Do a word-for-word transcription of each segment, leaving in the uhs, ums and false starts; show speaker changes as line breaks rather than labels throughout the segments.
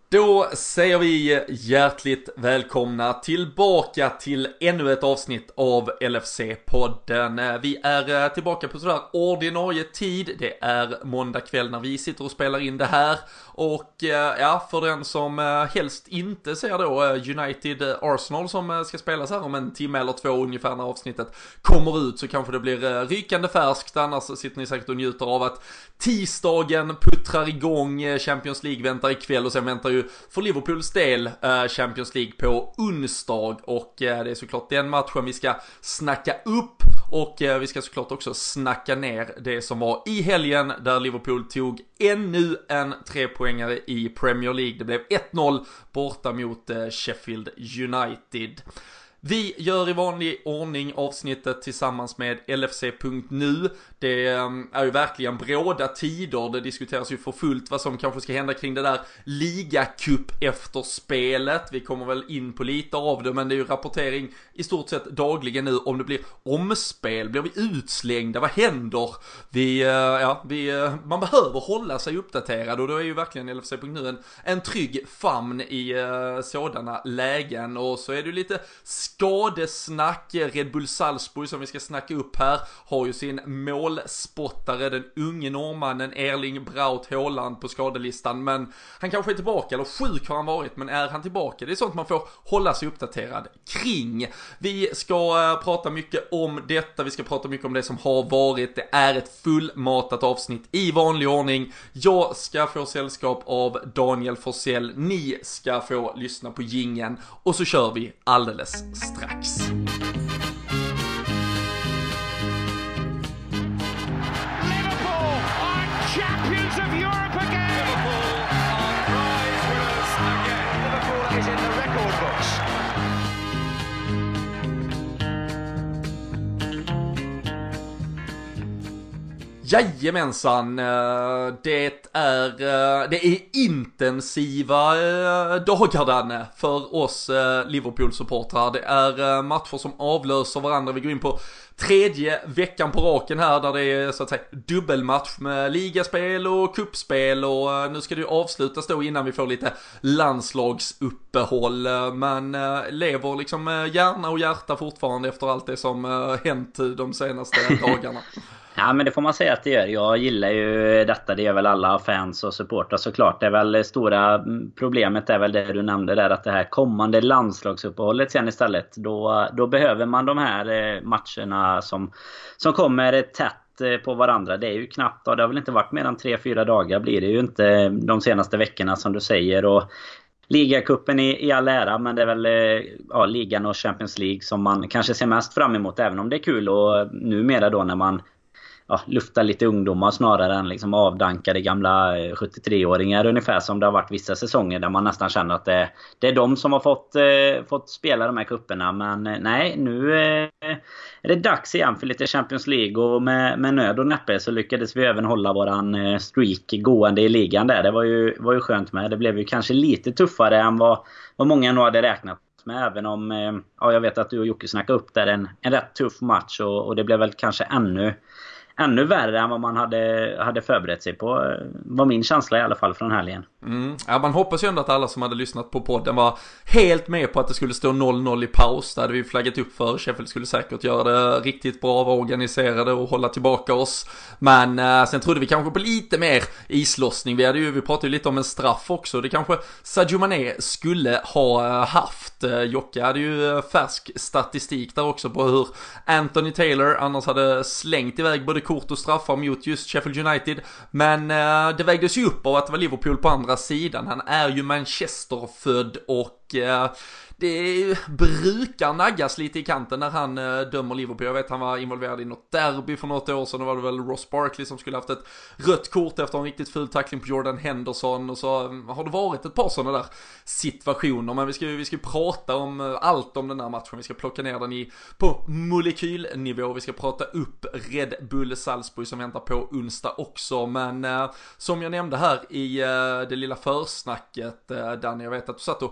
Då säger vi hjärtligt välkomna tillbaka till ännu ett avsnitt av L F C-podden. Vi är tillbaka på sådär ordinarie tid. Det är måndag kväll när vi sitter och spelar in det här. Och ja, för den som helst inte ser då United Arsenal som ska spelas här om en timme eller två ungefär när avsnittet kommer ut, så kanske det blir rykande färskt. Annars sitter ni säkert och njuter av att tisdagen puttrar igång. Champions League väntar ikväll och sen väntar ju för Liverpools del Champions League på onsdag. Och det är såklart den matchen vi ska snacka upp. Och vi ska såklart också snacka ner det som var i helgen där Liverpool tog ännu en trepoängare i Premier League. Det blev ett noll borta mot Sheffield United. Vi gör i vanlig ordning avsnittet tillsammans med L F C punkt nu. Det är ju verkligen bråda tider. Det diskuteras ju för fullt vad som kanske ska hända kring det där ligacup efter spelet. Vi kommer väl in på lite av det, men det är ju rapportering i stort sett dagligen nu om det blir omspel. Blir vi utslängda? Vad händer? Vi, ja, vi, man behöver hålla sig uppdaterad, och då är ju verkligen L F C punkt nu en, en trygg famn i uh, sådana lägen. Och så är det ju lite skadesnack. Red Bull Salzburg som vi ska snacka upp här har ju sin målspottare, den unge norrmannen Erling Braut Haaland på skadelistan, men han kanske är tillbaka, eller sjuk har han varit, men är han tillbaka? Det är sånt man får hålla sig uppdaterad kring. Vi ska uh, prata mycket om detta, vi ska prata mycket om det som har varit. Det är ett fullmatat avsnitt i vanlig ordning. Jag ska få sällskap av Daniel Forsell, ni ska få lyssna på jingeln, och så kör vi alldeles strax.
Liverpool are champions of Europe again. Liverpool are prize winners again. Liverpool is in the record books.
Jajamensan, det är, det är intensiva dagar, Danne, för oss Liverpool-supportrar. Det är matcher som avlöser varandra. Vi går in på tredje veckan på raken här där det är så att säga dubbelmatch med ligaspel och kuppspel, och nu ska det ju avslutas då innan vi får lite landslagsuppehåll. Men lever liksom hjärna och hjärta fortfarande efter allt det som hänt de senaste dagarna.
Ja, men det får man säga att det gör. Jag gillar ju detta, det gör väl alla fans och supportrar såklart. Det är väl stora problemet är väl det du nämnde där, att det här kommande landslagsuppehållet sen istället, då, då behöver man de här matcherna som, som kommer tätt på varandra. Det är ju knappt, och det har väl inte varit mer än tre fyra dagar blir det ju inte de senaste veckorna som du säger. Och ligacupen i, i all ära, men det är väl ja, ligan och Champions League som man kanske ser mest fram emot, även om det är kul. Och numera då när man ja, lufta lite ungdomar snarare än liksom avdankade gamla sjuttiotre-åringar, ungefär som det har varit vissa säsonger där man nästan känner att det, det är de som har fått, eh, fått spela de här kupperna. Men eh, nej, nu eh, är det dags igen för lite Champions League, och med, med nöd och näppe så lyckades vi även hålla våran eh, streak gående i ligan där. Det var ju, var ju skönt med. Det blev ju kanske lite tuffare än vad, vad många nog hade räknat med, även om eh, ja, jag vet att du och Jocke snackade upp där en, en rätt tuff match, och, och det blev väl kanske ännu Ännu värre än vad man hade, hade förberett sig på, var min känsla i alla fall från helgen.
Mm. Ja, man hoppas ju ändå att alla som hade lyssnat på podden var helt med på att det skulle stå noll noll i paus. Där hade vi flaggat upp för. Sheffield skulle säkert göra det riktigt bra, vara organiserade och hålla tillbaka oss. Men eh, sen trodde vi kanske på lite mer islossning. Vi, hade ju, vi pratade ju lite om en straff också. Det kanske Sadio Mané skulle ha haft. Jocke hade ju färsk statistik där också på hur Anthony Taylor annars hade slängt iväg både kort och straffar mot just Sheffield United. Men eh, det vägdes ju upp av att det var Liverpool på andra sidan. Han är ju Manchester-född, och eh, det brukar naggas lite i kanten när han eh, dömer Liverpool. Jag vet han var involverad i något derby för något år sedan. Då var det väl Ross Barkley som skulle haft ett rött kort efter en riktigt ful tackling på Jordan Henderson. Och så eh, har det varit ett par sådana där situationer. Men vi ska, vi ska prata om eh, allt om den här matchen. Vi ska plocka ner den i, på molekylnivå. Vi ska prata upp Red Bull Salzburg som väntar på onsdag också. Men eh, som jag nämnde här i eh, det lilla försnacket, eh, Danny, jag vet att du satt och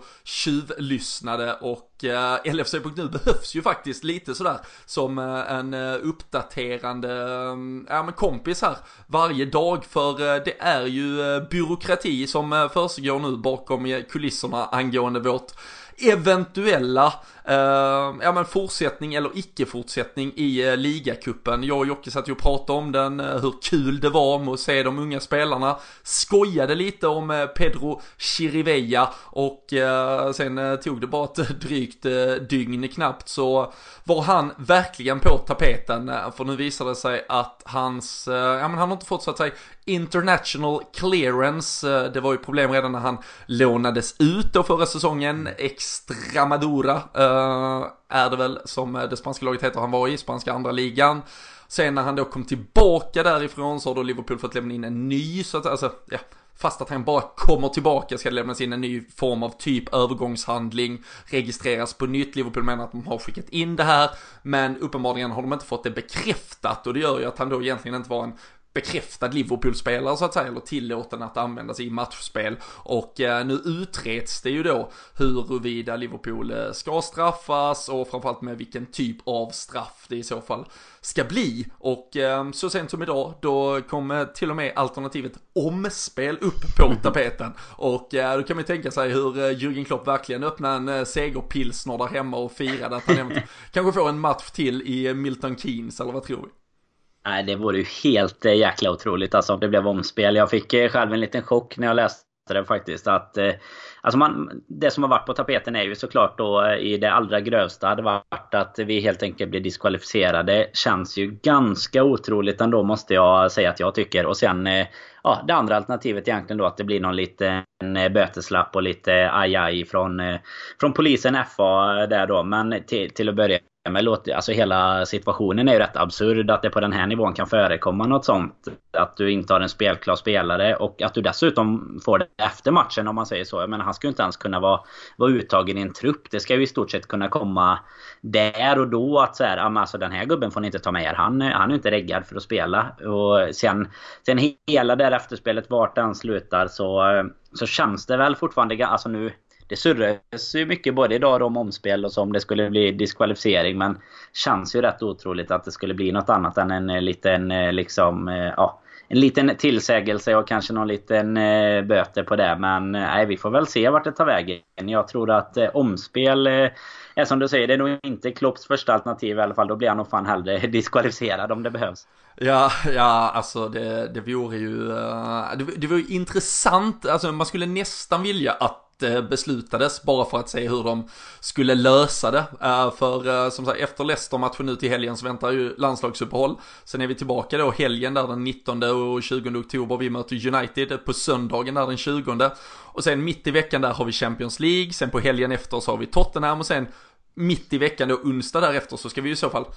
tjuvlyssnade och eh, L F C punkt nu behövs ju faktiskt lite sådär som eh, en eh, uppdaterande eh, ja, men kompis här varje dag, för eh, det är ju eh, byråkrati som eh, försiggår nu bakom eh, kulisserna angående vårt eventuella uh, ja, men fortsättning eller icke-fortsättning i uh, ligacupen. Jag och Jocke satt ju och pratade om den, uh, hur kul det var med att se de unga spelarna. Skojade lite om uh, Pedro Chirivella och uh, sen uh, tog det bara ett drygt uh, dygn knappt så var han verkligen på tapeten, uh, för nu visade det sig att hans, uh, ja men han har inte fått så att säga international clearance. Det var ju problem redan när han lånades ut då förra säsongen. Extremadura uh, är det väl som det spanska laget heter han var i, spanska andra ligan. Sen när han då kom tillbaka därifrån så har då Liverpool fått lämna in en ny, så att, alltså, ja, fast att han bara kommer tillbaka ska det lämnas in en ny form av typ övergångshandling, registreras på nytt. Liverpool menar att de har skickat in det här, men uppenbarligen har de inte fått det bekräftat, och det gör ju att han då egentligen inte var en bekräftad Liverpool-spelare så att säga, eller tillåten att användas i matchspel. Och eh, nu utreds det ju då huruvida Liverpool eh, ska straffas och framförallt med vilken typ av straff det i så fall ska bli. Och eh, så sent som idag då kommer till och med alternativet omspel upp på tapeten. Och eh, då kan man ju tänka sig hur eh, Jürgen Klopp verkligen öppnar en eh, segerpilsner där hemma och firade att han kanske får en match till i Milton Keynes, eller vad tror vi?
Nej, det vore ju helt eh, jäkla otroligt alltså om det blev omspel. Jag fick eh, själv en liten chock när jag läste det faktiskt. Att, eh, alltså man, det som har varit på tapeten är ju såklart då eh, i det allra grövsta hade varit att vi helt enkelt blir diskvalificerade. Känns ju ganska otroligt ändå, måste jag säga att jag tycker. Och sen eh, ja, det andra alternativet egentligen då att det blir någon liten eh, böteslapp och lite ajaj från, eh, från polisen F A där då. Men till, till att börja men låt, alltså hela situationen är ju rätt absurd att det på den här nivån kan förekomma något sånt, att du inte har en spelklar spelare och att du dessutom får det efter matchen, om man säger så. Men han skulle inte ens kunna vara, vara uttagen i en trupp. Det ska ju i stort sett kunna komma där och då att så här, alltså den här gubben får ni inte ta med er, han, han är inte reggad för att spela. Och sen, sen hela det efterspelet vart den slutar så, så känns det väl fortfarande, alltså nu det surras ju mycket både idag om omspel och som det skulle bli diskvalificering, men känns ju rätt otroligt att det skulle bli något annat än en liten liksom, ja, en liten tillsägelse och kanske någon liten eh, böter på det. Men nej, vi får väl se vart det tar vägen. Jag tror att eh, omspel eh, är som du säger, det är nog inte Klopps första alternativ i alla fall. Då blir han nog fan hellre diskvalificerad om det behövs.
Ja, ja, alltså det, det vore ju uh, det, det vore ju intressant, alltså man skulle nästan vilja att beslutades bara för att se hur de skulle lösa det. Uh, för uh, som sagt, efter Leicester-matchen nu till helgen så väntar ju landslagsuppehåll. Sen är vi tillbaka då helgen där den nittonde och tjugonde oktober. Vi möter United på söndagen där den tjugonde. Och sen mitt i veckan där har vi Champions League. Sen på helgen efter så har vi Tottenham. Och sen mitt i veckan då onsdag därefter så ska vi i så fall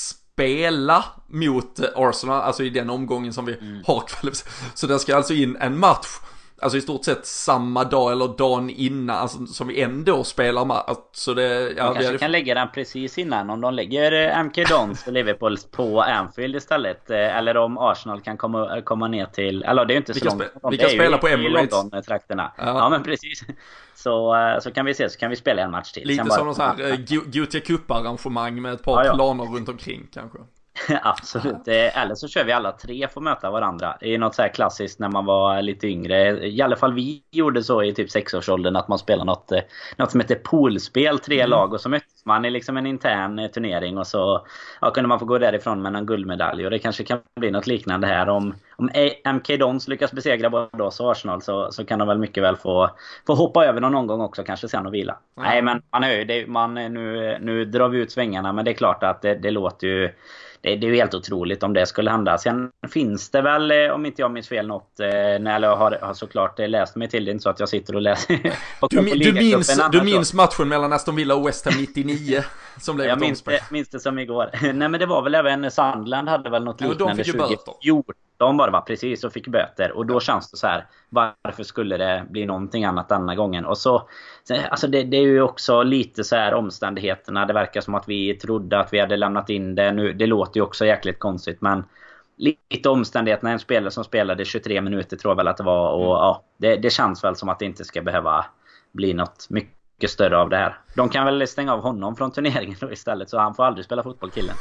spela mot Arsenal. Alltså i den omgången som vi mm. har kvalificerat. Så det ska alltså in en match. Alltså i stort sett samma dag eller dagen innan, alltså, som vi ändå spelar med. Alltså det, ja,
de kanske hade... kan lägga den precis innan. Om de lägger M K Dons och Liverpool på Anfield istället. Eller om Arsenal kan komma, komma ner till... Eller det är ju inte så långt.
Spe- vi kan spela på Emirates.
London-trakterna. Ja. ja, men precis. Så, så kan vi se, så kan vi spela en match till.
Lite som någon sån här Gothia Cup-arrangemang med ett par ja, ja. planer runt omkring kanske.
Absolut, eller så kör vi alla tre för att möta varandra. Det är något så här klassiskt när man var lite yngre. I alla fall vi gjorde så i typ sexårsåldern att man spelar något, något som heter poolspel, tre mm. lag, och så möttes man i liksom en intern turnering och så ja, kunde man få gå därifrån med en guldmedalj. Och det kanske kan bli något liknande här. Om, om M K Dons lyckas besegra både oss och Arsenal så, så kan de väl mycket väl få, få hoppa över någon gång också, kanske sen och vila. Mm. Nej, men man hör ju det, man, nu, nu drar vi ut svängarna, men det är klart att det, det låter ju Det, det är ju helt otroligt om det skulle hända. Sen finns det väl, om inte jag minns fel, något, när jag har, har såklart läst mig till det, inte så att jag sitter och läser.
du, du, minns, du minns matchen mellan Aston Villa och West Ham nittionio som blev
jag minns det, minns det som igår. Nej, men det var väl även Sunderland hade väl något liknande.
tjugo
fjorton var det, va? Precis, och fick böter. Och då känns det så här, varför skulle det bli någonting annat denna gången? Och så, alltså det, det är ju också lite så här omständigheterna. Det verkar som att vi trodde att vi hade lämnat in det. Nu, det låter ju också jäkligt konstigt, men lite omständigheterna. En spelare som spelade tjugotre minuter tror jag väl att det var. Och ja, det, det känns väl som att det inte ska behöva bli något mycket mycket större av det här. De kan väl stänga av honom från turneringen då istället, så han får aldrig spela fotboll, killen.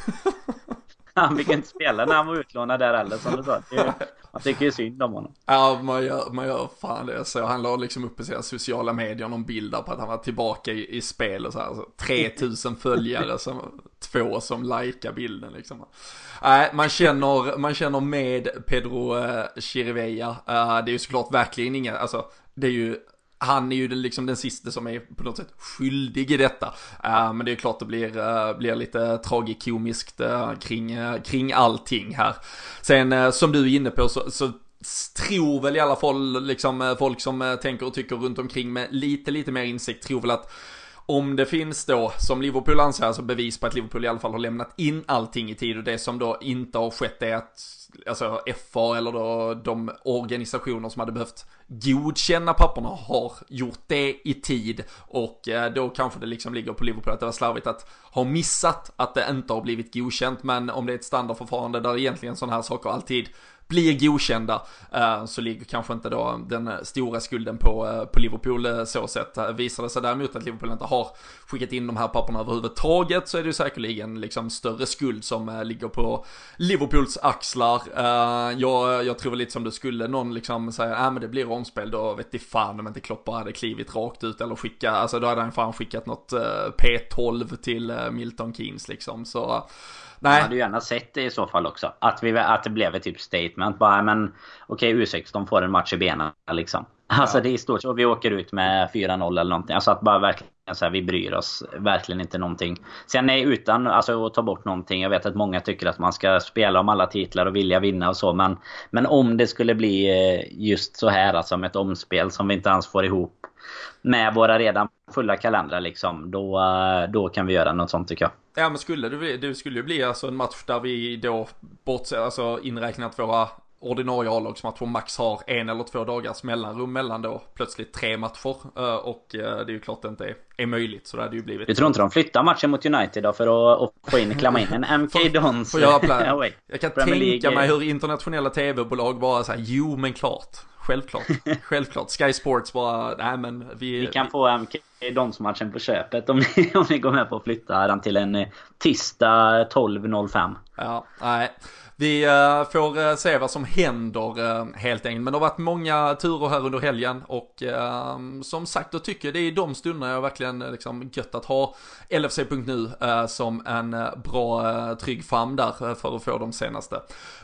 Han fick inte spela när han var utlånad där heller, som du sa. Man tycker ju synd om honom.
Ja, man gör, man gör fan det. Så han la liksom upp i sina sociala medier någon bilder på att han var tillbaka i, i spel och så här. Alltså, tre tusen följare, som, två som likar bilden liksom. Nej, man känner, man känner med Pedro uh, Chirivella. Uh, det är ju såklart verkligen inga, alltså det är ju, han är ju den, liksom den sista som är på något sätt skyldig i detta. Uh, men det är klart det blir, uh, blir lite tragikomiskt uh, kring, uh, kring allting här. Sen uh, som du är inne på så, så tror väl i alla fall liksom, uh, folk som uh, tänker och tycker runt omkring med lite, lite mer insikt tror väl att om det finns då, som Liverpool anser, alltså bevis på att Liverpool i alla fall har lämnat in allting i tid, och det som då inte har skett är att alltså F A eller då de organisationer som hade behövt godkänna papperna har gjort det i tid, och eh, då kanske det liksom ligger på Liverpool att det var slarvigt att ha missat att det inte har blivit godkänt. Men om det är ett standardförfarande där egentligen sådana här saker alltid blir godkända, uh, så ligger kanske inte då den stora skulden på, uh, på Liverpool uh, så sätt. Uh, visar det sig däremot att Liverpool inte har skickat in de här papperna överhuvudtaget, så är det ju säkerligen liksom större skuld som uh, ligger på Liverpools axlar. Uh, jag, jag tror väl lite som du skulle någon liksom säga, äh, men det blir omspel, då vet jag fan om inte Klopp hade klivit rakt ut eller skicka, alltså då hade han fan skickat något uh, P tolv till uh, Milton Keynes liksom, så uh, nej.
Jag hade ju gärna sett det i så fall också. Att, vi, att det blev ett typ statement. Bara, men okej, okay, U sexton får en match i benen liksom. Alltså ja. Det är stort så vi åker ut med fyra noll eller någonting. Alltså att bara verkligen så här, vi bryr oss verkligen inte någonting. Sen är utan alltså att ta bort någonting. Jag vet att många tycker att man ska spela om alla titlar och vilja vinna och så. Men, men om det skulle bli just så här, alltså med ett omspel som vi inte ens får ihop med våra redan fulla kalendrar liksom, då, då kan vi göra något sånt tycker jag.
Ja, men skulle det, det skulle ju bli alltså en match där vi då bortser, alltså inräknat våra ordinarie A-lagsmatcher max har en eller två dagars mellanrum mellan då plötsligt tre matcher, och det är ju klart det inte är, är möjligt, så det hade ju blivit.
Du tror inte de flyttar matchen mot United då för att, att få in, klamma in en M K Dons?
Får jag plan. Jag kan tänka mig hur internationella tv-bolag bara säger, jo men klart. Självklart, självklart. Sky Sports bara, nej men vi...
Vi kan få M K Dons-matchen på köpet om ni, om ni går med på att flytta den till en tisdag tolv noll fem.
Ja, nej. Vi uh, får uh, se vad som händer uh, helt enkelt. Men det har varit många turer här under helgen, och uh, som sagt, då tycker jag det är de stunderna jag verkligen uh, liksom gött att ha L F C punkt nu uh, som en uh, bra uh, trygg famn där uh, för att få de senaste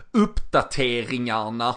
uppdateringarna.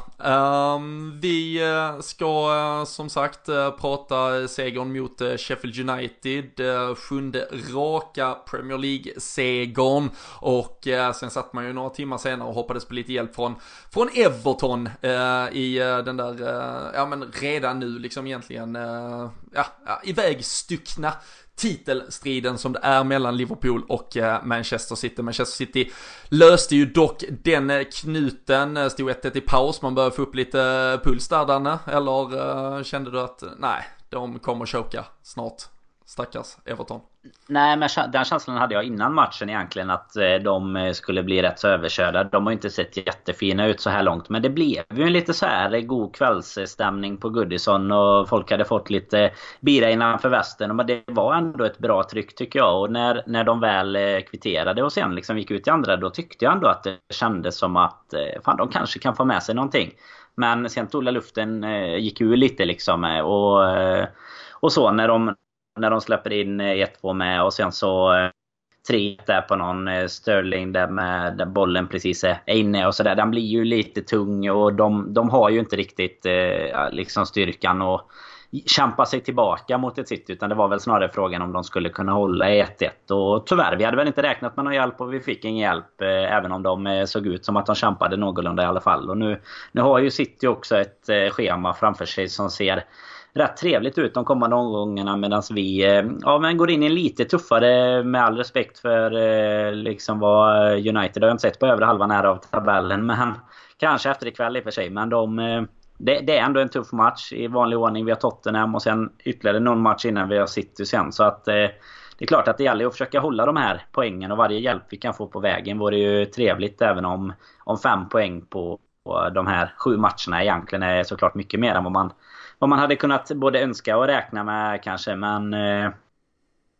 Um, vi uh, ska uh, som sagt uh, prata segern mot uh, Sheffield United, uh, sjunde raka Premier League-segern, och uh, sen satt man ju några timmar senare och hoppades på lite hjälp från, från Everton uh, i uh, den där, uh, ja men redan nu liksom egentligen uh, ja, ja, ivägstuckna titelstriden som det är mellan Liverpool och eh, Manchester City. Manchester City löste ju dock den eh, knuten, stod ett ett i paus, man började få upp lite eh, puls där, Danne, eller eh, kände du att nej, de kommer choka snart, stackars Everton?
Nej, men den känslan hade jag innan matchen egentligen, att de skulle bli rätt så överkörda. De har inte sett jättefina ut så här långt, men det blev ju en lite så här god kvällsstämning på Goodison, och folk hade fått lite bira innanför västen, men det var ändå ett bra tryck tycker jag. Och när, när de väl kvitterade och sen liksom gick ut i andra, då tyckte jag ändå att det kändes som att fan, de kanske kan få med sig någonting. Men sen tog luften gick ur lite liksom, och, och så när de när de släpper in ett två med, och sen så tre där på någon Sterling där med där bollen precis är inne och sådär. Den blir ju lite tung, och de, de har ju inte riktigt eh, liksom styrkan och kämpa sig tillbaka mot ett City, utan det var väl snarare frågan om de skulle kunna hålla ett ett, och tyvärr, vi hade väl inte räknat med någon hjälp, och vi fick ingen hjälp eh, även om de eh, såg ut som att de kämpade någorlunda i alla fall. Och nu, nu har ju City också ett eh, schema framför sig som ser rätt trevligt ut de kommande omgångarna, medan vi ja, men går in i en lite tuffare, med all respekt för eh, liksom vad United har inte sett på övre halvan här av tabellen, men kanske efter ikväll i och för sig, men de, det, det är ändå en tuff match i vanlig ordning. Vi har Tottenham och sen ytterligare någon match innan vi har City sen, så att eh, det är klart att det gäller att försöka hålla de här poängen, och varje hjälp vi kan få på vägen vore ju trevligt, även om, om fem poäng på, på de här sju matcherna egentligen är såklart mycket mer än vad man vad man hade kunnat både önska och räkna med kanske. Men eh,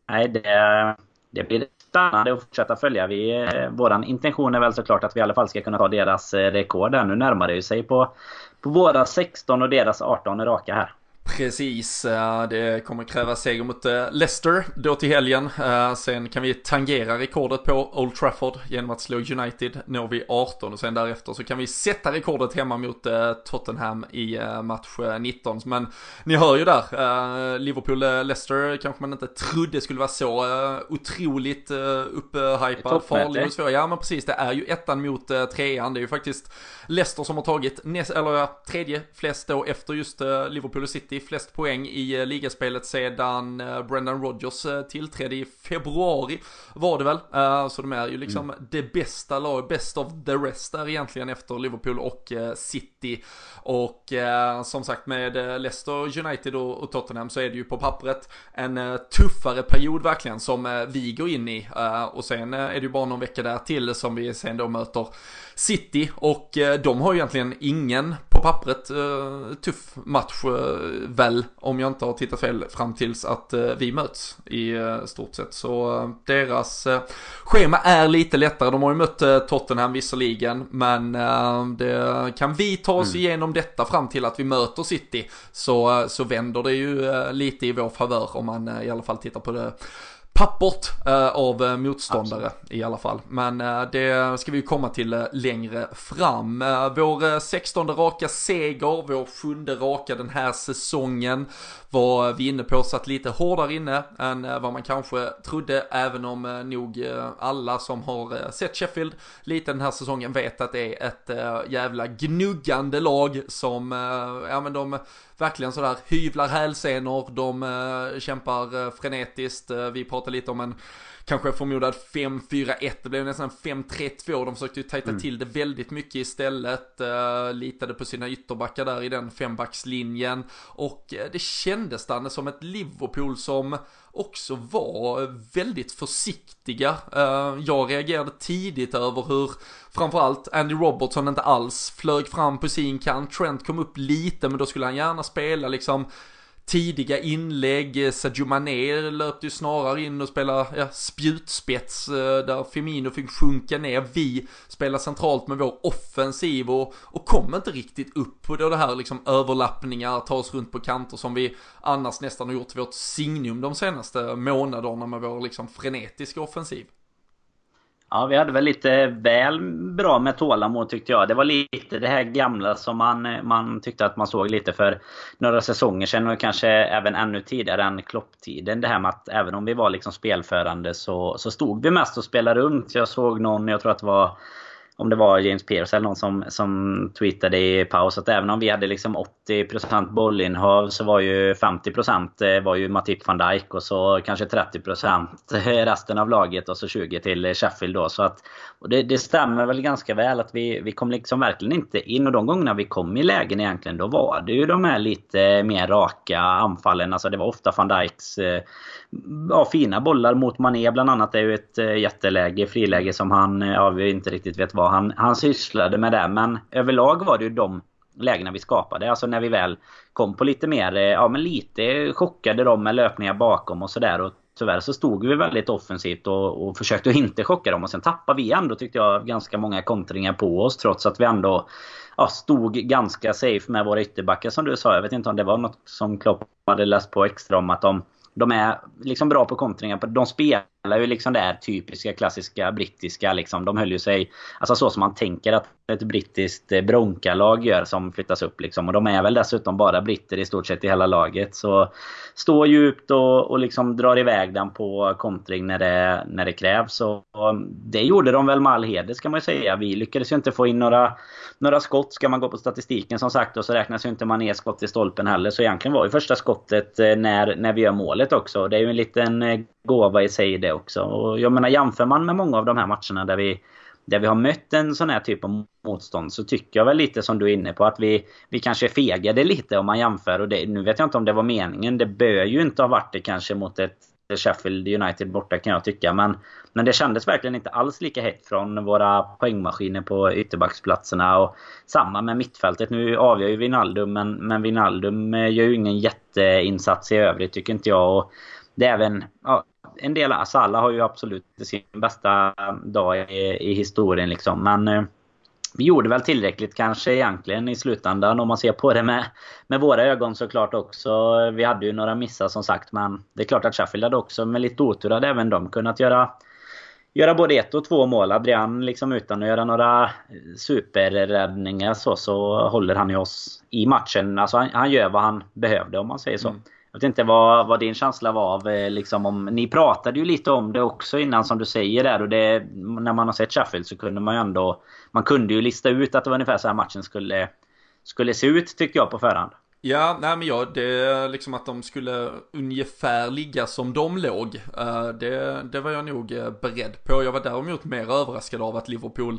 nej, det, det blir spännande att fortsätta följa. Vi, våran intention är väl såklart att vi i alla fall ska kunna ta deras rekord där. Nu närmar det sig på, på våra sexton och deras arton raka här.
Precis, det kommer kräva seger mot Leicester då till helgen. Sen kan vi tangera rekordet på Old Trafford genom att slå United, når vi arton, och sen därefter så kan vi sätta rekordet hemma mot Tottenham i match nitton. Men ni hör ju där, Liverpool-Leicester kanske man inte trodde skulle vara så otroligt upphypad, farlig och svår. Ja, men precis, det är ju ettan mot trean. Det är ju faktiskt Leicester som har tagit näst, eller ja, tredje flest då efter just Liverpool och City, flest poäng i ligaspelet sedan Brendan Rodgers tillträdde i februari var det väl. Så de är ju liksom mm. det bästa lag, best of the rest där egentligen efter Liverpool och City. Och som sagt med Leicester, United och Tottenham så är det ju på pappret en tuffare period verkligen som vi går in i. Och sen är det ju bara någon vecka där till som vi sen då möter City, och de har ju egentligen ingen på pappret uh, tuff match uh, väl, om jag inte har tittat fel, fram tills att uh, vi möts i uh, stort sett. Så uh, deras uh, schema är lite lättare. De har ju mött uh, Tottenham visserligen, men uh, det, kan vi ta oss mm. igenom detta fram till att vi möter City, så, uh, så vänder det ju uh, lite i vår favör om man uh, i alla fall tittar på det papport uh, av uh, motståndare. Absolut. I alla fall. Men uh, det ska vi ju komma till uh, längre fram. Uh, vår uh, sextonde raka seger, vår sjunde raka den här säsongen, var vi inne på, satt lite hårdare inne än uh, vad man kanske trodde, även om uh, nog uh, alla som har uh, sett Sheffield lite den här säsongen vet att det är ett uh, jävla gnuggande lag som, uh, ja men de verkligen sådär hyvlar hälsenor, de uh, kämpar uh, frenetiskt. Uh, vi pratar lite om en kanske förmodad fem fyra ett, det blev nästan fem tre två. De försökte ju tajta mm. till det väldigt mycket istället, uh, litade på sina ytterbackar där i den fembackslinjen, och uh, det kändes där som ett Liverpool som också var väldigt försiktiga. Uh, jag reagerade tidigt över hur framförallt Andy Robertson inte alls flög fram på sin kant. Trent kom upp lite, men då skulle han gärna spela liksom tidiga inlägg. Sadio Mané löpte ju snarare in och spela ja, spjutspets där Firmino fick sjunka ner. Vi spelar centralt med vår offensiv och, och kom inte riktigt upp på det här liksom överlappningar, ta oss runt på kanter som vi annars nästan har gjort vårt signum de senaste månaderna med vår liksom frenetiska offensiv.
Ja, vi hade väl lite väl bra med tålamod tyckte jag. Det var lite det här gamla som man, man tyckte att man såg lite för några säsonger sedan, och kanske även ännu tidigare än Klopp-tiden. Det här med att även om vi var liksom spelförande så, så stod vi mest och spelade runt. Jag såg någon, jag tror att det var om det var James Pearce eller någon som, som tweetade i paus att även om vi hade liksom åttio procent bollinnehav så var ju femtio procent var ju Matip van Dijk, och så kanske trettio procent resten av laget, och så tjugo till Sheffield då. Så att, och det, det stämmer väl ganska väl att vi, vi kom liksom verkligen inte in, och de gångerna vi kom i lägen egentligen då var det ju de här lite mer raka anfallen. Alltså det var ofta van Dijks ja, fina bollar mot Mané bland annat. Det är ju ett jätteläge, friläge som han, ja, vi inte riktigt vet vad han, han sysslade med det. Men överlag var det ju de lägena vi skapade. Alltså när vi väl kom på lite mer, ja men lite chockade dem med löpningar bakom och sådär. Och tyvärr så stod vi väldigt offensivt och, och försökte inte chocka dem. Och sen tappade vi ändå, tyckte jag, ganska många kontringar på oss. Trots att vi ändå ja, stod ganska safe med våra ytterbackar som du sa. Jag vet inte om det var något som Klopp hade läst på extra om, att de De är liksom bra på kontringar. De spelar ju liksom det här typiska, klassiska, brittiska. Liksom. De höll ju sig, alltså så som man tänker att ett brittiskt bronkalag gör som flyttas upp. Liksom. Och de är väl dessutom bara britter i stort sett i hela laget. Så stå djupt och, och liksom drar iväg den på kontring när det, när det krävs. Och, och det gjorde de väl med all heder, ska man ju säga. Vi lyckades ju inte få in några, några skott, ska man gå på statistiken som sagt. Och så räknas ju inte man ner skott i stolpen heller. Så egentligen var ju första skottet när, när vi gör målet också. Det är ju en liten gåva i sig det också. Och jag menar, jämför man med många av de här matcherna där vi, där vi har mött en sån här typ av motstånd, så tycker jag väl lite som du är inne på att vi, vi kanske fegade lite om man jämför. Och det, nu vet jag inte om det var meningen. Det bör ju inte ha varit det kanske mot ett Sheffield United borta, kan jag tycka. Men, men det kändes verkligen inte alls lika hett från våra poängmaskiner på ytterbacksplatserna. Och samma med mittfältet. Nu avgör ju Wijnaldum, men, men Wijnaldum gör ju ingen jätteinsats i övrigt, tycker inte jag. Och det är även... Ja, en del, alltså alla har ju absolut sin bästa dag i, i historien liksom. Men eh, vi gjorde väl tillräckligt kanske egentligen i slutändan om man ser på det med, med våra ögon såklart också. Vi hade ju några missar som sagt, men det är klart att Sheffield hade också med lite otur hade även de kunnat göra, göra både ett och två mål. Adrian liksom utan att göra några superräddningar så, så håller han ju oss i matchen. Alltså han, han gör vad han behövde om man säger så. Mm. Jag vet inte vad, vad din känsla var av liksom, om, ni pratade ju lite om det också innan som du säger där, och det, när man har sett Sheffield så kunde man ju ändå, man kunde ju lista ut att det var ungefär så här matchen skulle, skulle se ut tycker jag på förhand.
Ja, nej men ja, det är liksom att de skulle ungefär ligga som de låg, det, det var jag nog beredd på. Jag var däremot mer överraskad av att Liverpool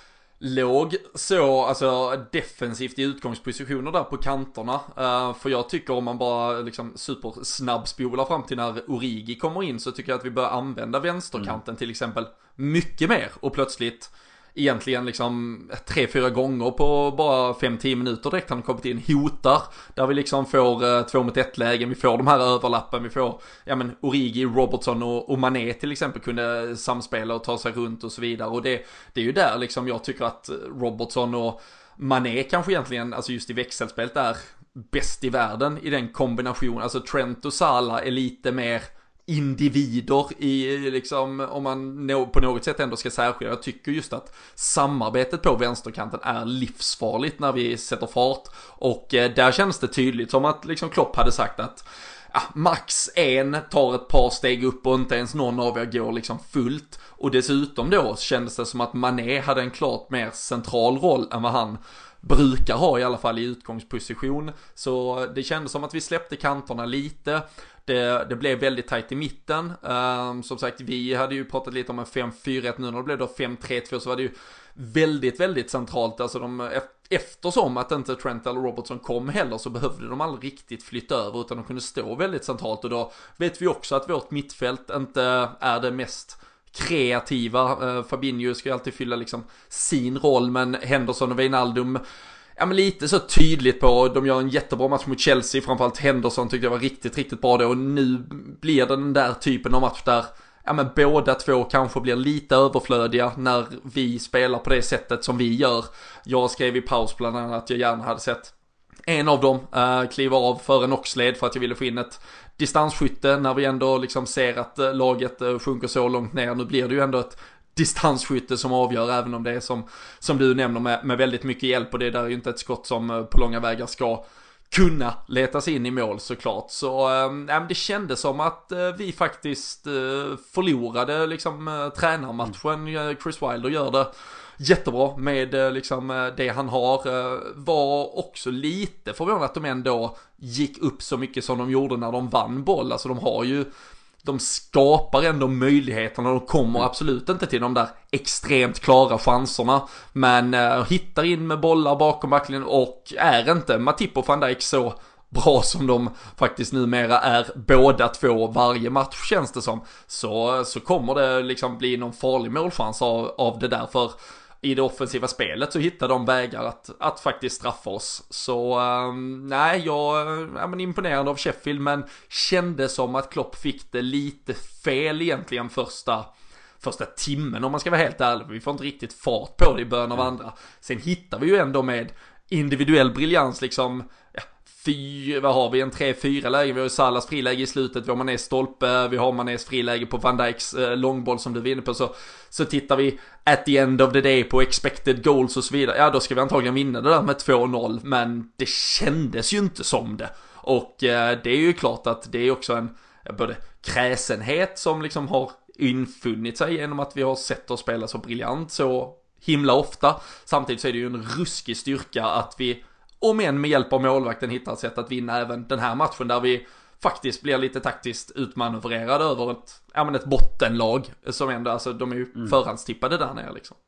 låg så alltså defensivt i utgångspositioner där på kanterna, uh, för jag tycker om man bara liksom supersnabb spolar fram till när Origi kommer in, så tycker jag att vi bör använda vänsterkanten mm. till exempel mycket mer, och plötsligt egentligen liksom tre, fyra gånger på bara fem till tio minuter direkt han kommit in hotar, där vi liksom får uh, två mot ett lägen, vi får de här överlappen, vi får, ja men Origi, Robertson och, och Mané till exempel kunde samspela och ta sig runt och så vidare, och det, det är ju där liksom jag tycker att Robertson och Mané kanske egentligen, alltså just i växelspelet är bäst i världen i den kombinationen. Alltså Trent och Salah är lite mer individer i liksom, om man no, på något sätt ändå ska särskilja. Jag tycker just att samarbetet på vänsterkanten är livsfarligt när vi sätter fart, och eh, där känns det tydligt som att liksom Klopp hade sagt att ja, max en tar ett par steg upp och inte ens någon av er går liksom fullt, och dessutom då kändes det som att Mané hade en klart mer central roll än vad han brukar ha, i alla fall i utgångsposition. Så det kändes som att vi släppte kanterna lite. Det, det blev väldigt tajt i mitten. Um, som sagt, vi hade ju pratat lite om en fem fyra ett nu, när det blev då fem tre två, så var det ju väldigt, väldigt centralt. Alltså de, eftersom att inte Trent eller Robertson kom heller, så behövde de aldrig riktigt flytta över, utan de kunde stå väldigt centralt, och då vet vi också att vårt mittfält inte är det mest kreativa. uh, Fabinho ska ju alltid fylla liksom sin roll, men Henderson och Wijnaldum, ja men lite så tydligt på, de gör en jättebra match mot Chelsea, framförallt Henderson tyckte jag var riktigt, riktigt bra då, och nu blir det den där typen av match där ja men båda två kanske blir lite överflödiga när vi spelar på det sättet som vi gör. Jag skrev i paus bland annat att jag gärna hade sett en av dem uh, kliva av för en Oxlade, för att jag ville få in ett distansskytte när vi ändå liksom ser att uh, laget uh, sjunker så långt ner. Nu blir det ju ändå ett distansskytte som avgör, även om det är som, som du nämner med, med väldigt mycket hjälp, och det där är ju inte ett skott som uh, på långa vägar ska kunna letas in i mål såklart. Så äh, det kändes som att äh, vi faktiskt äh, förlorade liksom äh, tränarmatchen. Chris Wilder gör det jättebra med äh, liksom, det han har. Äh, var också lite förvånad att de ändå gick upp så mycket som de gjorde när de vann boll. Alltså de har ju, de skapar ändå möjligheterna, de kommer absolut inte till de där extremt klara chanserna, men uh, hittar in med bollar bakom backlinjen, och är inte Matip och Van Dijk så bra som de faktiskt numera är båda två varje match känns det som, så, så kommer det liksom bli någon farlig målchans av, av det där, för i det offensiva spelet så hittar de vägar att, att faktiskt straffa oss. Så um, nej, jag är men imponerad av Sheffield, men kände som att Klopp fick det lite fel egentligen första, första timmen, om man ska vara helt ärlig. Vi får inte riktigt fart på det i början av andra. Sen hittar vi ju ändå med individuell briljans liksom, ja, fy, vad har vi, en tre fyra läge. Vi har ju Salahs friläge i slutet, vi har Manés stolpe, vi har Manés friläge på Van Dijks eh, långboll som du var inne på, så, så tittar vi at the end of the day på expected goals och så vidare. Ja, då ska vi antagligen vinna det där med två noll, men det kändes ju inte som det. Och eh, det är ju klart att det är också en ja, både kräsenhet som liksom har infunnit sig genom att vi har sett oss spela så briljant så himla ofta. Samtidigt så är det ju en ruskig styrka att vi, om än med hjälp av målvakten, hittar ett sätt att vinna även den här matchen, där vi faktiskt blir lite taktiskt utmanövrerade över ett, ja, men ett bottenlag som ändå, alltså de är ju mm. förhandstippade där nere liksom.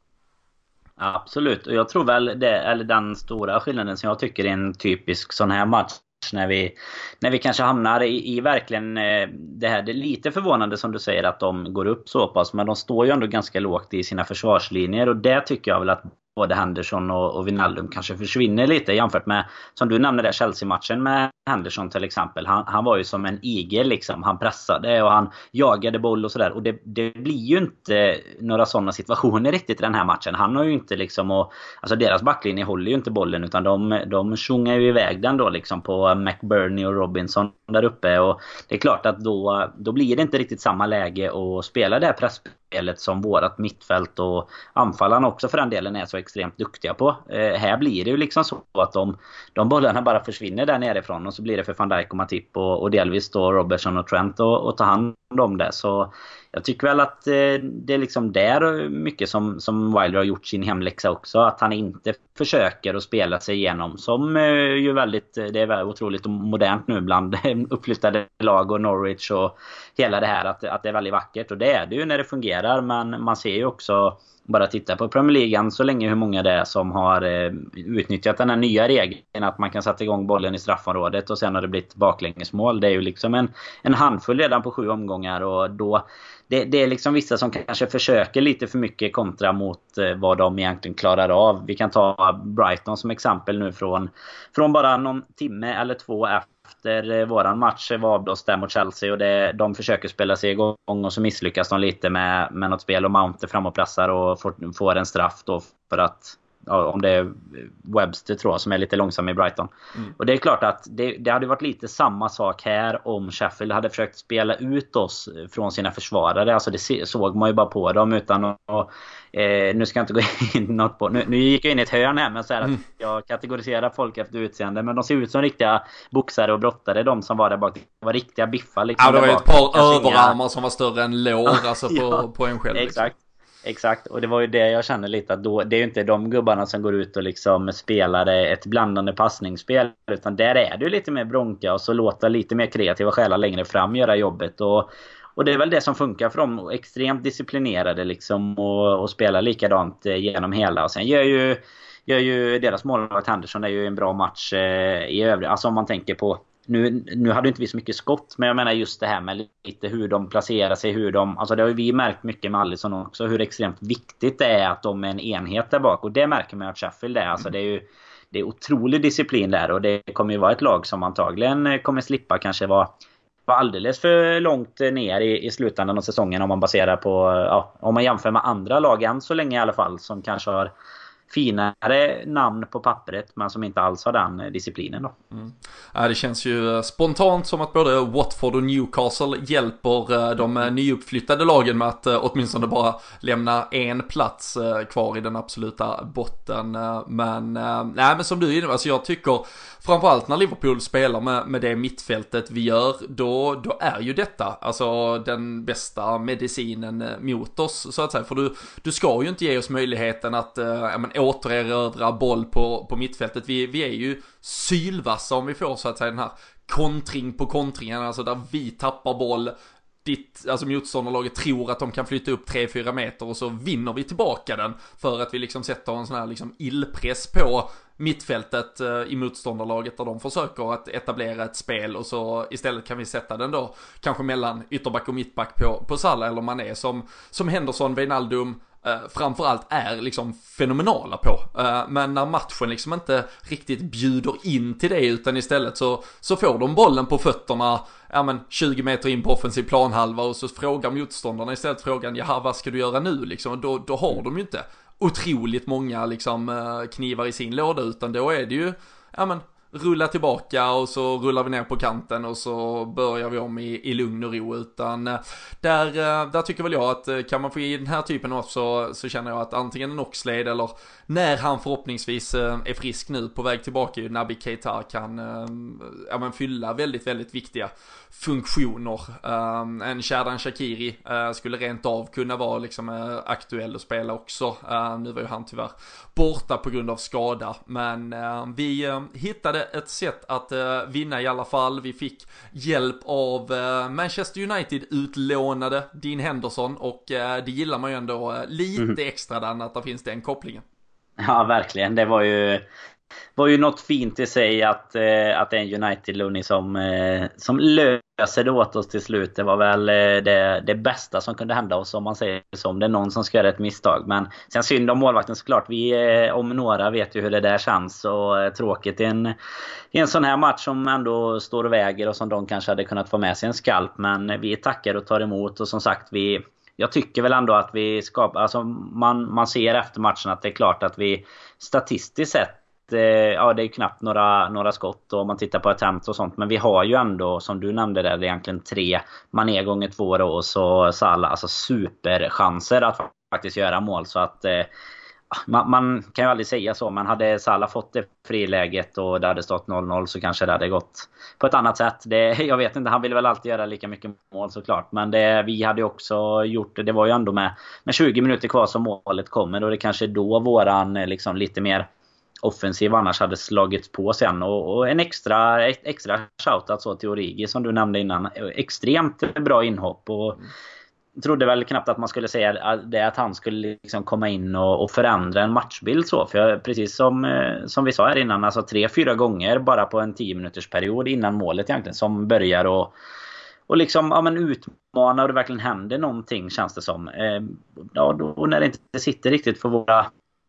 Absolut, och jag tror väl det, eller den stora skillnaden som jag tycker är en typisk sån här match, när vi, när vi kanske hamnar i, i verkligen eh, det här det är lite förvånande som du säger att de går upp så pass. Men de står ju ändå ganska lågt i sina försvarslinjer. Och det tycker jag väl att både Henderson och, och Wijnaldum kanske försvinner lite jämfört med, som du nämnde där, Chelsea-matchen med Henderson till exempel. Han, han var ju som en igel liksom. Han pressade och han jagade boll och sådär. Och det, det blir ju inte några sådana situationer riktigt i den här matchen. Han har ju inte liksom, och, alltså deras backlinje håller ju inte bollen, utan de, de sjungar ju iväg den då liksom på McBurney och Robinson där uppe. Och det är klart att då, då blir det inte riktigt samma läge att spela det här pressspelet som vårat mittfält och anfallarna också för den delen är så extremt duktiga på. Eh, här blir det ju liksom så att de, de bollarna bara försvinner där nerifrån, och så blir det för Van Dijk och Matip och, och delvis då Robertson och Trent och, och ta hand om det. Så jag tycker väl att eh, det är liksom där mycket som, som Wilder har gjort sin hemläxa också. Att han inte försöker att spela sig igenom, som eh, ju väldigt, det är otroligt modernt nu bland uppflyttade lag och Norwich och hela det här, att, att det är väldigt vackert. Och det är det ju när det fungerar, men man ser ju också, bara titta på Premier League så länge, hur många det är som har eh, utnyttjat den här nya regeln att man kan sätta igång bollen i straffområdet och sen har det blivit baklängesmål. Det är ju liksom en, en handfull redan på sju omgångar, och då det, det är liksom vissa som kanske försöker lite för mycket kontra mot eh, vad de egentligen klarar av. Vi kan ta Brighton som exempel nu från, från bara någon timme eller två efter Efter våran match var avblåst där mot Chelsea, och det, de försöker spela sig igång och så misslyckas de lite med, med något spel, och Mount är fram och pressar och får, får en straff då för att, ja, om det är Webster tror jag som är lite långsam i Brighton. Mm. Och det är klart att det, det hade varit lite samma sak här om Sheffield hade försökt spela ut oss från sina försvarare. Alltså det såg man ju bara på dem utan att, eh, nu ska jag inte gå in något på, nu, nu gick jag in i ett hörn här, men så här mm. att jag kategoriserar folk efter utseende, men de ser ut som riktiga boxare och brottare, de som var där bak. Det var riktiga biffar liksom.
Ja, det var ju ett par överarmar inga... som var större än lår alltså på, ja, på en själv.
Exakt.
Liksom.
Exakt, och det var ju det jag kände lite att då, det är ju inte de gubbarna som går ut och liksom spelar ett blandande passningsspel, utan där är det ju lite mer bronka och så låta lite mer kreativa själar längre fram göra jobbet, och, och det är väl det som funkar för dem, extremt disciplinerade liksom och, och spela likadant genom hela. Och sen gör ju, gör ju deras målvakt Henderson är ju en bra match eh, i övrigt, alltså om man tänker på Nu, nu hade inte vi så mycket skott, men jag menar just det här med lite hur de placerar sig, hur de, alltså det har ju vi märkt mycket med Alisson också, hur extremt viktigt det är att de är en enhet där bak, och det märker man att Sheffield är, alltså det är ju det är otrolig disciplin där, och det kommer ju vara ett lag som antagligen kommer slippa kanske vara, vara alldeles för långt ner i, i slutändan av säsongen om man baserar på, ja, om man jämför med andra lag än så länge i alla fall, som kanske har finare namn på pappret men som inte alls har den disciplinen då.
Mm. Ja, det känns ju spontant som att både Watford och Newcastle hjälper de nyuppflyttade lagen med att åtminstone bara lämna en plats kvar i den absoluta botten. Men, nej, men som du är inne, alltså jag tycker framförallt när Liverpool spelar med, med det mittfältet vi gör, då, då är ju detta alltså den bästa medicinen mot oss så att säga, för du, du ska ju inte ge oss möjligheten att ja, men, återerövra boll på, på mittfältet. Vi, vi är ju sylvassa om vi får så att säga den här kontring på kontringen, alltså där vi tappar boll, ditt, alltså motståndarlaget tror att de kan flytta upp tre fyra meter och så vinner vi tillbaka den för att vi liksom sätter en sån här liksom illpress på mittfältet eh, i motståndarlaget där de försöker att etablera ett spel, och så istället kan vi sätta den då kanske mellan ytterback och mittback på, på Salah eller Mané som, som Henderson, Wijnaldum eh, framförallt är liksom fenomenala på. Eh, men när matchen liksom inte riktigt bjuder in till det, utan istället så, så får de bollen på fötterna ja, men tjugo meter in på offensiv planhalva, och så frågar motståndarna istället frågan, jaha, vad ska du göra nu liksom? Och då, då har de ju inte otroligt många liksom knivar i sin låda, utan då är det ju ja men rulla tillbaka och så rullar vi ner på kanten och så börjar vi om i, i lugn och ro, utan där, där tycker väl jag att kan man få i den här typen av så, så känner jag att antingen en Oxlade eller när han förhoppningsvis är frisk nu på väg tillbaka, ju Naby Keita kan ja, men fylla väldigt väldigt viktiga funktioner. Um, en Xherdan Shaqiri uh, skulle rent av kunna vara liksom uh, aktuell att spela också. Uh, nu var ju han tyvärr borta på grund av skada, men uh, vi uh, hittade ett sätt att uh, vinna i alla fall. Vi fick hjälp av uh, Manchester United utlånade Dean Henderson, och uh, det gillar man ju ändå uh, lite mm. extra där, att det finns den kopplingen.
Ja, verkligen. Det var ju var ju något fint i sig att, eh, att det är en United-Looney som, eh, som löser det åt oss till slut. Det var väl eh, det, det bästa som kunde hända oss, om man säger så, om det är någon som ska göra ett misstag. Men sen synd om målvakten såklart. Vi eh, om några vet ju hur det där känns, och eh, tråkigt i en, i en sån här match som ändå står och väger och som de kanske hade kunnat få med sig en skalp. Men vi tackar och tar emot, och som sagt, vi... Jag tycker väl ändå att vi skapar... Alltså man, man ser efter matchen att det är klart att vi statistiskt sett, ja, det är knappt några, några skott och man tittar på attempt och sånt, men vi har ju ändå, som du nämnde där, det är egentligen tre Mané gånger två då, och så Salah, alltså superchanser att faktiskt göra mål. Så att eh, man, man kan ju aldrig säga så, men hade Salah fått det friläget och det hade stått noll noll, så kanske det hade gått på ett annat sätt. Det, jag vet inte, han ville väl alltid göra lika mycket mål såklart, men det, vi hade ju också gjort det. Det var ju ändå med, med tjugo minuter kvar som målet kommer, och det kanske då våran liksom lite mer offensiv annars hade slagit på sen. Och, och en extra, ett extra shoutout så till Origi som du nämnde innan. Extremt bra inhopp, och trodde väl knappt att man skulle säga det, att han skulle liksom komma in och, och förändra en matchbild så. För jag, precis som, som vi sa här innan, alltså tre, fyra gånger bara på en tio minuters period innan målet egentligen, som börjar och Och liksom, ja, men utmana, och det verkligen händer någonting, känns det som. Eh, ja, då när det inte sitter riktigt för våra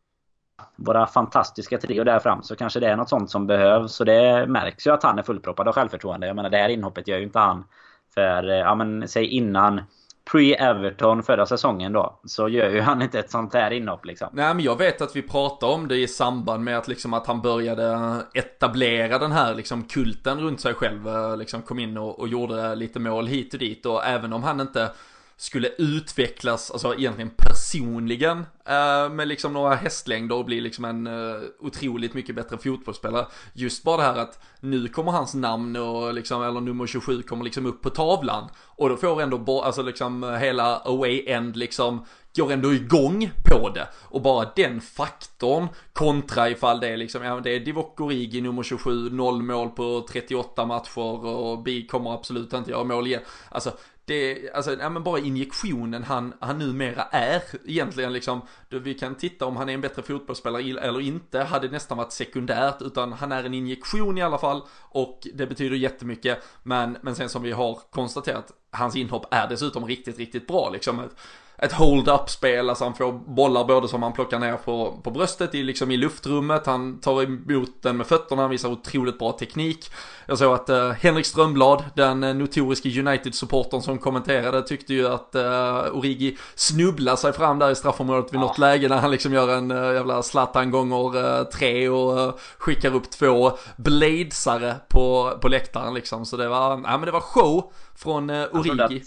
våra fantastiska trio där fram, så kanske det är något sånt som behövs. Och det märks ju att han är fullproppad av självförtroende. Jag menar, det här inhoppet gör ju inte han för, ja men säg innan pre-Everton förra säsongen då, så gör ju han inte ett sånt här inhopp liksom.
Nej, men jag vet att vi pratade om det i samband med att, liksom, att han började etablera den här liksom, kulten runt sig själv, liksom, kom in och, och gjorde lite mål hit och dit, och även om han inte skulle utvecklas, alltså egentligen personligen eh, med liksom några hästlängder och bli liksom en eh, otroligt mycket bättre fotbollsspelare. Just bara det här att nu kommer hans namn och liksom, eller nummer tjugosju kommer liksom upp på tavlan, och då får ändå bo- alltså liksom hela away end liksom går ändå igång på det, och bara den faktorn kontra ifall det är liksom, ja, det är Divock Origi nummer tjugosju, noll mål på trettioåtta matcher, och Bi kommer absolut inte göra mål igen. Alltså det, alltså, ja, men bara injektionen han, han numera är egentligen liksom, då vi kan titta om han är en bättre fotbollsspelare eller inte, hade nästan varit sekundärt, utan han är en injektion i alla fall, och det betyder jättemycket. Men, men sen som vi har konstaterat, hans inhopp är dessutom riktigt, riktigt bra liksom. Ett, ett hold-up-spel, alltså han får bollar både som han plockar ner på, på bröstet i, liksom i luftrummet, han tar emot den med fötterna, han visar otroligt bra teknik. Jag såg att uh, Henrik Strömblad, den uh, notoriska United-supportern som kommenterade, tyckte ju att uh, Origi snubblar sig fram där i straffområdet vid ja. något läge när han liksom gör en uh, jävla Zlatan gånger uh, tre och uh, skickar upp två bladesare på, på läktaren liksom. Så det var, ja, men det var show från uh, Origi.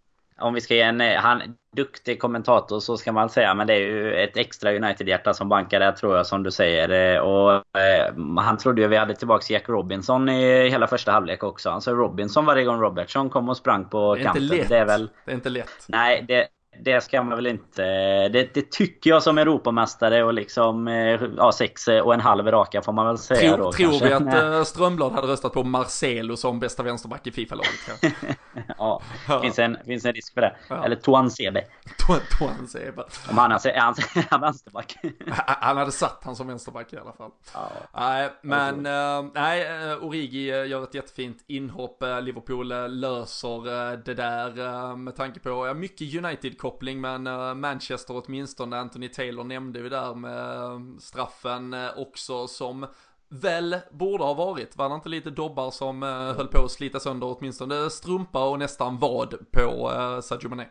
Om vi ska ge en han, duktig kommentator, så ska man säga, men det är ju ett extra United-hjärta som bankar där, tror jag, som du säger. Och eh, han trodde ju vi hade tillbaka Jack Robinson i hela första halvlek också. Alltså Robinson varje gång Robertson kom och sprang på
det är
kanten.
Inte lätt.
Det är väl
det är inte lätt.
Nej, det det ska man väl inte. Det, det tycker jag som Europamästare och liksom ja, sex och en halv raka får man väl säga.
Tror,
då,
tror
kanske.
vi att
Nej.
Strömblad hade röstat på Marcelo som bästa vänsterback i FIFA-laget?
Ja, ja. Finns, en, finns en risk för det.
Ja.
Eller Tuan Sebe.
Tuan Sebe.
Om han är han, han vänsterback.
Han hade satt han som vänsterback i alla fall.
Ja.
Nej, men uh, nej, Origi gör ett jättefint inhopp. Liverpool löser uh, det där uh, med tanke på uh, mycket United-koppling, men uh, Manchester åtminstone. Anthony Taylor nämnde vi där med uh, straffen uh, också, som väl borde ha varit. Var det inte lite dobbar som uh, höll på att slita sönder åtminstone strumpa och nästan vad på uh, Sadio Mané?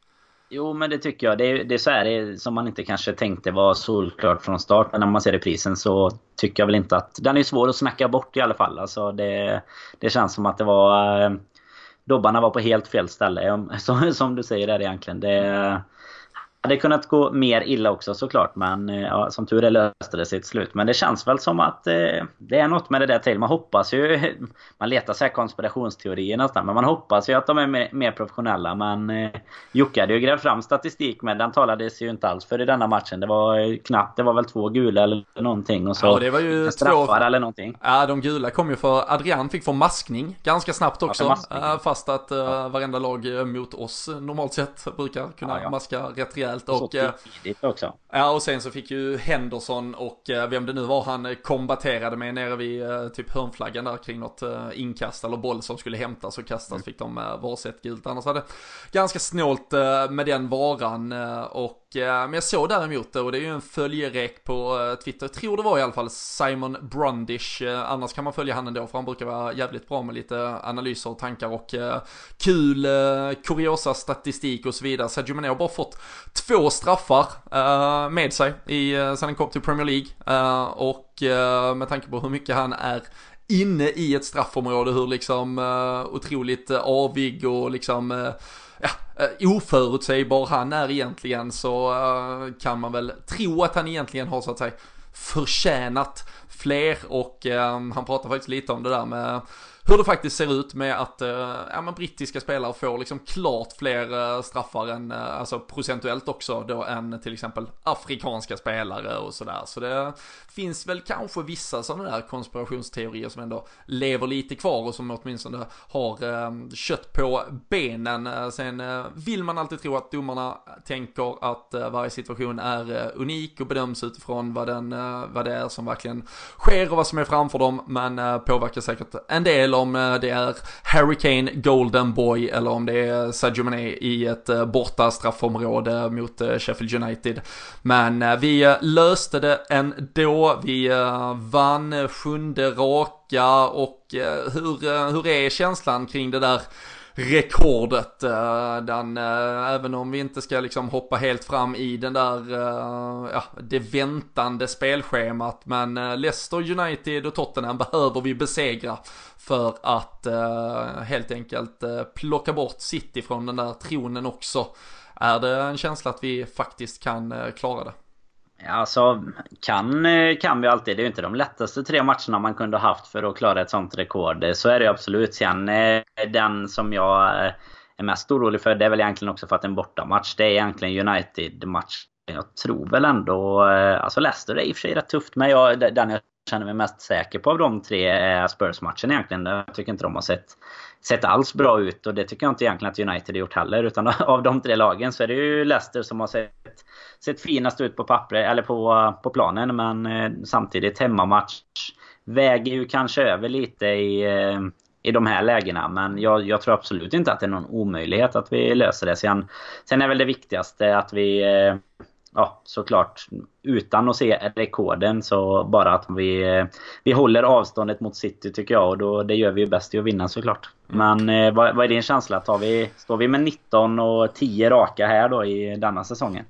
Jo, men det tycker jag. Det är, det är så här det är, som man inte kanske tänkte var solklart från start. Men när man ser reprisen så tycker jag väl inte att... Den är svår att snacka bort i alla fall. Alltså det, det känns som att det var... Eh, dobbarna var på helt fel ställe. Som, som du säger där egentligen. Det hade kunnat gå mer illa också såklart. Men ja, som tur är löste det sig till slut. Men det känns väl som att eh, det är något med det där till. Man hoppas ju... Man letar sig konspirationsteorier nästan. Men man hoppas ju att de är mer, mer professionella. Men eh, Jocke hade ju grävt fram statistik. Men den talades ju inte alls för i denna matchen. Det var knappt. Det var väl två gula eller någonting. Och så
ja, det var ju
straffar
två...
eller någonting.
Ja, de gula kom ju för... Adrian fick få maskning ganska snabbt också.
Ja,
fast att uh, ja. varenda lag mot oss normalt sett brukar kunna ja, ja. maska rätt rejält. rejält. Och,
så tidigt också.
Ja, och sen så fick ju Henderson och vem det nu var han kombaterade med nere vid typ hörnflaggan där kring något inkast eller boll som skulle hämtas och kastas, mm. fick de varsitt gult. Annars hade ganska snålt med den varan. Och men jag såg däremot, och det är ju en följerek på Twitter, jag tror det var i alla fall Simon Brundish, annars kan man följa han ändå för han brukar vara jävligt bra med lite analyser och tankar och kul kuriosa statistik och så vidare. Sadio Mané har bara fått två straffar med sig i, sen han kom till Premier League, och med tanke på hur mycket han är inne i ett straffområde, hur liksom otroligt avig och liksom ja, oförutsägbar han är egentligen, så uh, kan man väl tro att han egentligen har så att säga förtjänat fler. Och uh, han pratar faktiskt lite om det där med hur det faktiskt ser ut med att uh, ja, men brittiska spelare får liksom klart fler uh, straffar än, uh, alltså procentuellt också då, än till exempel afrikanska spelare och sådär. Så det finns väl kanske vissa sådana där konspirationsteorier som ändå lever lite kvar och som åtminstone har uh, kött på benen. Uh, sen uh, vill man alltid tro att domarna tänker att uh, varje situation är uh, unik och bedöms utifrån vad, den, uh, vad det är som verkligen sker och vad som är framför dem, men uh, påverkar säkert en del om det är Harry Kane, Golden Boy, eller om det är Sadio Mané i ett borta straffområde mot Sheffield United. Men vi löste det ändå. Vi vann sjunde raka. Och hur, hur är känslan kring det där rekordet? Den, även om vi inte ska liksom hoppa helt fram i den där ja, det väntande spelschemat, men Leicester United och Tottenham behöver vi besegra för att uh, helt enkelt uh, plocka bort City från den där tronen också. Är det en känsla att vi faktiskt kan uh, klara det?
Alltså, kan, kan vi alltid. Det är ju inte de lättaste tre matcherna man kunde ha haft för att klara ett sånt rekord. Så är det absolut. Sen den som jag är mest orolig för, det är väl egentligen också för att en bortamatch, det är egentligen United-match. Jag tror väl ändå, alltså Leicester är i och för sig rätt tufft, men jag, den jag känner mig mest säker på av de tre är Spurs-matchen egentligen. Jag tycker inte de har sett, sett alls bra ut, och det tycker jag inte egentligen att United har gjort heller, utan av de tre lagen så är det ju Leicester som har sett, sett finast ut på pappret eller på, på planen, men eh, samtidigt hemmamatch väger ju kanske över lite i, eh, i de här lägena, men jag, jag tror absolut inte att det är någon omöjlighet att vi löser det. Sen, sen är väl det viktigaste att vi eh, ja, såklart utan att se rekorden, så bara att vi, vi håller avståndet mot City tycker jag, och då, det gör vi ju bäst i att vinna såklart. Men eh, vad, vad är din känsla? Tar vi, står vi med nitton och tio raka här då i denna säsongen?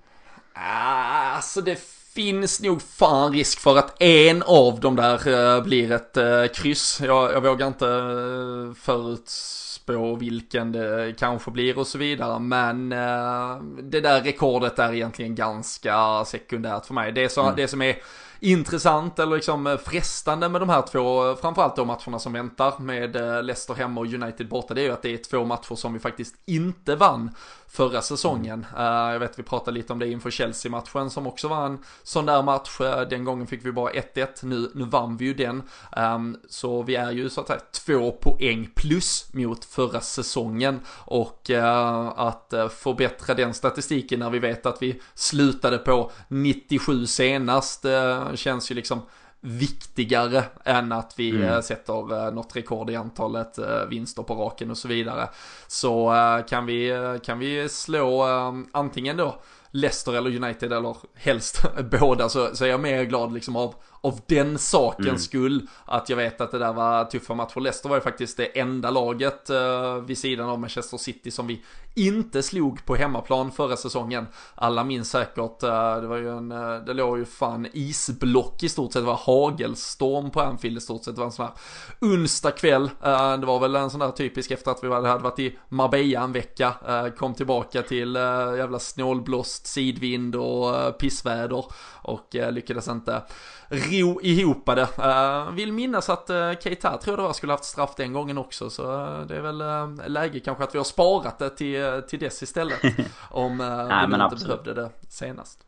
Alltså det finns nog fan risk för att en av dem där uh, blir ett uh, kryss. Jag, jag vågar inte uh, förutspå vilken det kanske blir och så vidare. Men uh, det där rekordet är egentligen ganska sekundärt för mig. Det, är så, mm. det som är intressant eller liksom frestande med de här två, framförallt de matcherna som väntar med Leicester hemma och United borta, det är ju att det är två matcher som vi faktiskt inte vann förra säsongen. Mm. Uh, jag vet vi pratade lite om det inför Chelsea-matchen som också var en sån där match. Uh, den gången fick vi bara ett ett, nu, nu vann vi ju den. Um, så vi är ju så att säga två poäng plus mot förra säsongen, och uh, att uh, förbättra den statistiken när vi vet att vi slutade på nittiosju senast uh, känns ju liksom viktigare än att vi mm. sätter uh, något rekord i antalet uh, vinster på raken och så vidare. Så uh, kan vi uh, kan vi slå uh, antingen då Leicester eller United, eller helst båda, så, så är jag mer glad liksom av, av den sakens mm. skull, att jag vet att det där var tuffa matcher. Leicester var ju faktiskt det enda laget uh, vid sidan av Manchester City som vi inte slog på hemmaplan förra säsongen. Alla minns säkert, uh, det var ju en, uh, det låg ju fan isblock i stort sett, det var hagelstorm på Anfield i stort sett, det var en sån här onsdag kväll, uh, det var väl en sån där typisk efter att vi hade varit i Marbella en vecka, uh, kom tillbaka till uh, jävla snålblåst sidvind och uh, pissväder, och uh, lyckades inte ro ihop det. Uh, vill minnas att uh, Keita, tror jag det var, skulle haft straff den gången också, så uh, det är väl uh, läge kanske att vi har sparat det till, uh, till dess istället om uh, Nej, vi inte absolut. behövde det senast.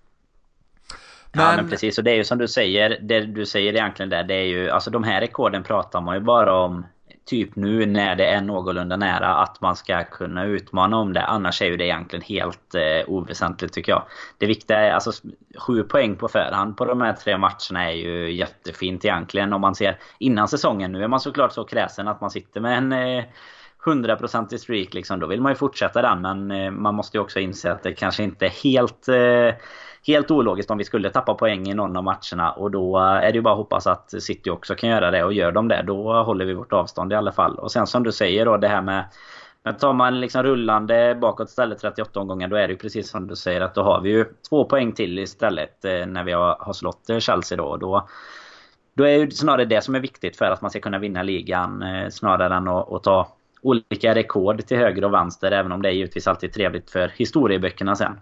Men... Ja, men precis, och det är ju som du säger, det du säger egentligen där, det är ju, alltså de här rekorden pratar man ju bara om typ nu när det är någorlunda nära att man ska kunna utmana om det. Annars är ju det egentligen helt eh, oväsentligt tycker jag. Det viktiga är alltså sju poäng på förhand på de här tre matcherna är ju jättefint egentligen. Om man ser innan säsongen, nu är man såklart så kräsen att man sitter med en eh, hundra procent i streak liksom. Då vill man ju fortsätta den, men eh, man måste ju också inse att det kanske inte är helt... Eh, Helt ologiskt om vi skulle tappa poäng i någon av matcherna. Och då är det ju bara att hoppas att City också kan göra det. Och gör de det, då håller vi vårt avstånd i alla fall. Och sen som du säger då, det här med... Men tar man liksom rullande bakåt istället trettioåtta omgångar, då är det ju precis som du säger att då har vi ju två poäng till istället eh, när vi har, har slått Chelsea då. då. Då är ju snarare det som är viktigt för att man ska kunna vinna ligan eh, snarare än att, att ta olika rekord till höger och vänster. Även om det är givetvis alltid trevligt för historieböckerna sen.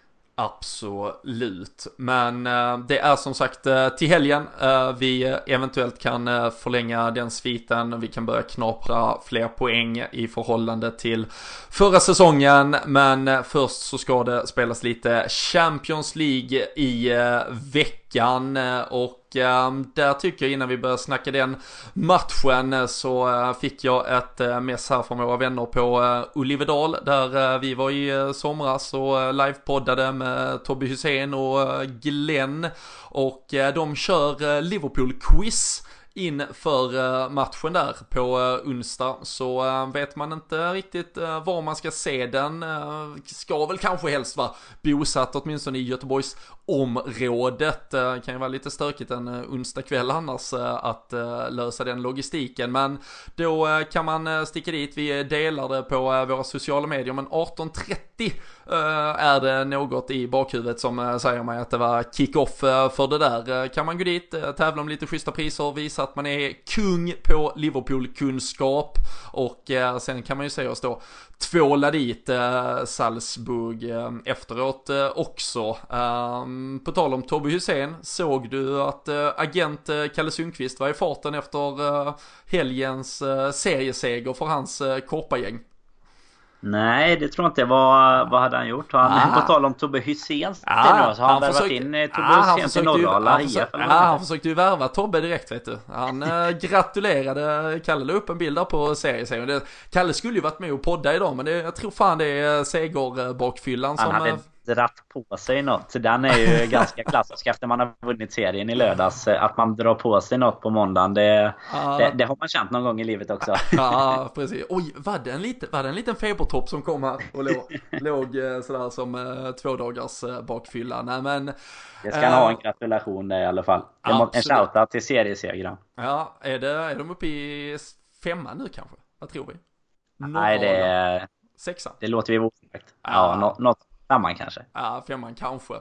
Absolut, men uh, det är som sagt uh, till helgen uh, vi eventuellt kan uh, förlänga den sviten. Vi kan börja knapra fler poäng i förhållande till förra säsongen, men uh, först så ska det spelas lite Champions League i uh, veckan uh, och Um, där tycker jag innan vi börjar snacka den matchen så uh, fick jag ett uh, mess här från våra vänner på uh, Olivedal där uh, vi var i uh, somras och uh, livepoddade med Tobbe Hussein och uh, Glenn och uh, de kör uh, Liverpool-quiz inför matchen där på onsdag, så vet man inte riktigt var man ska se den. Ska väl kanske helst vara bosatt åtminstone i Göteborgs området. Kan ju vara lite stökigt en onsdag kväll annars att lösa den logistiken, men då kan man sticka dit. Vi delar det på våra sociala medier, men arton trettio är det något i bakhuvudet som säger mig att det var kick-off för det där. Kan man gå dit, tävla om lite schyssta priser, visa att man är kung på Liverpool-kunskap och eh, sen kan man ju säga oss då tvåla dit eh, Salzburg eh, efteråt eh, också. Um, på tal om Tobbe Hussein, såg du att eh, agent eh, Kalle Sundqvist var i farten efter eh, helgens eh, serieseger för hans eh, korpagäng?
Nej, det tror jag inte. Vad, vad hade han gjort? Han, ah. På tal om Tobbe Husseins ah, nu, så har han, han värvat in Tobbe ah, Hussein till Norrala. Han, försökte,
ja, han försökte ju värva Tobbe direkt, vet du. Han äh, gratulerade. Kalle la upp en bild där på serien. Det, Kalle skulle ju varit med och podda idag, men det, jag tror fan det är segerbakfyllan som...
Han hade dratt på sig något. Den är ju ganska klassisk efter man har vunnit serien i lördags. Att man drar på sig något på måndagen, det, ah. det, det har man känt någon gång i livet också.
Ja, precis. Oj, var det en liten, var det en liten febertopp som kom här och låg, låg sådär som eh, två dagars eh, bakfylla? Nej, men...
Det ska äh, ha en gratulation där i alla fall. Det må, en shoutout till seriesegran.
Ja, är, det, är de uppe i femma nu kanske? Vad tror vi?
Norrala. Nej, det är...
Sexa.
Det låter vi osagt. Ja, något... något Femman kanske.
Ja, femman kanske.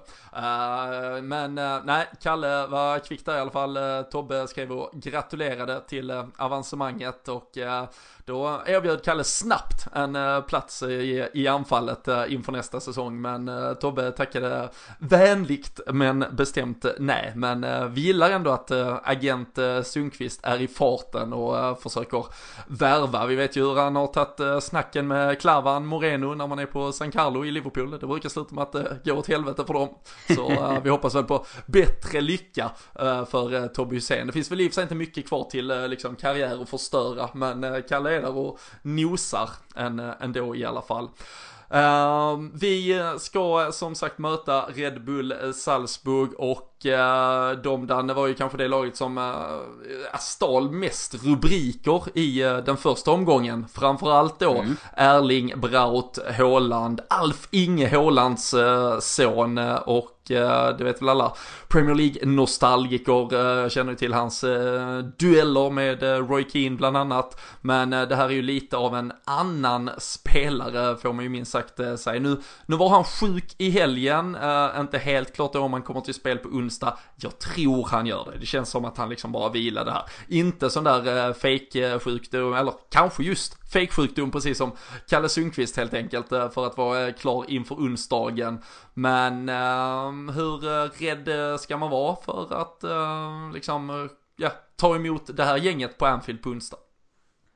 Uh, men uh, nej, Kalle var kvick där i alla fall. Uh, Tobbe skrev och gratulerade till uh, avancemanget och uh, då erbjöd Kalle snabbt en uh, plats i, i anfallet uh, inför nästa säsong. Men uh, Tobbe tackade vänligt men bestämt nej. Men uh, vi gillar ändå att uh, agent uh, Sundqvist är i farten och uh, försöker värva. Vi vet ju hur han har tagit uh, snacken med Klavan Moreno när man är på San Carlo i Liverpool. Det brukar sluta med att det går åt helvete för dem. Så uh, vi hoppas väl på bättre lycka uh, för uh, Tobbe Hussein. Det finns väl i och för sig inte mycket kvar till uh, liksom karriär och förstöra, men uh, Kalle är där och nosar en, uh, ändå i alla fall. Uh, vi ska som sagt möta Red Bull Salzburg och uh, de där var ju kanske det laget som uh, stal mest rubriker i uh, den första omgången. Framförallt då mm. Erling Braut Haaland, Alf Inge Haalands uh, son uh, och uh, det vet väl alla Premier League-nostalgiker uh, känner ju till hans uh, dueller med uh, Roy Keane bland annat. Men uh, det här är ju lite av en annan spelare får man ju minst sagt uh, säga. Nu, nu var han sjuk i helgen, uh, inte helt klart då om han kommer till spel på onsdag. Jag tror han gör det. Det känns som att han liksom bara vilar det här. Inte sån där uh, fake-sjukdom, eller kanske just fake-sjukdom precis som Kalle Sundqvist helt enkelt uh, för att vara uh, klar inför onsdagen. Men uh, hur uh, rädd ska man vara för att uh, liksom uh, ja, ta emot det här gänget på Anfield på onsdag?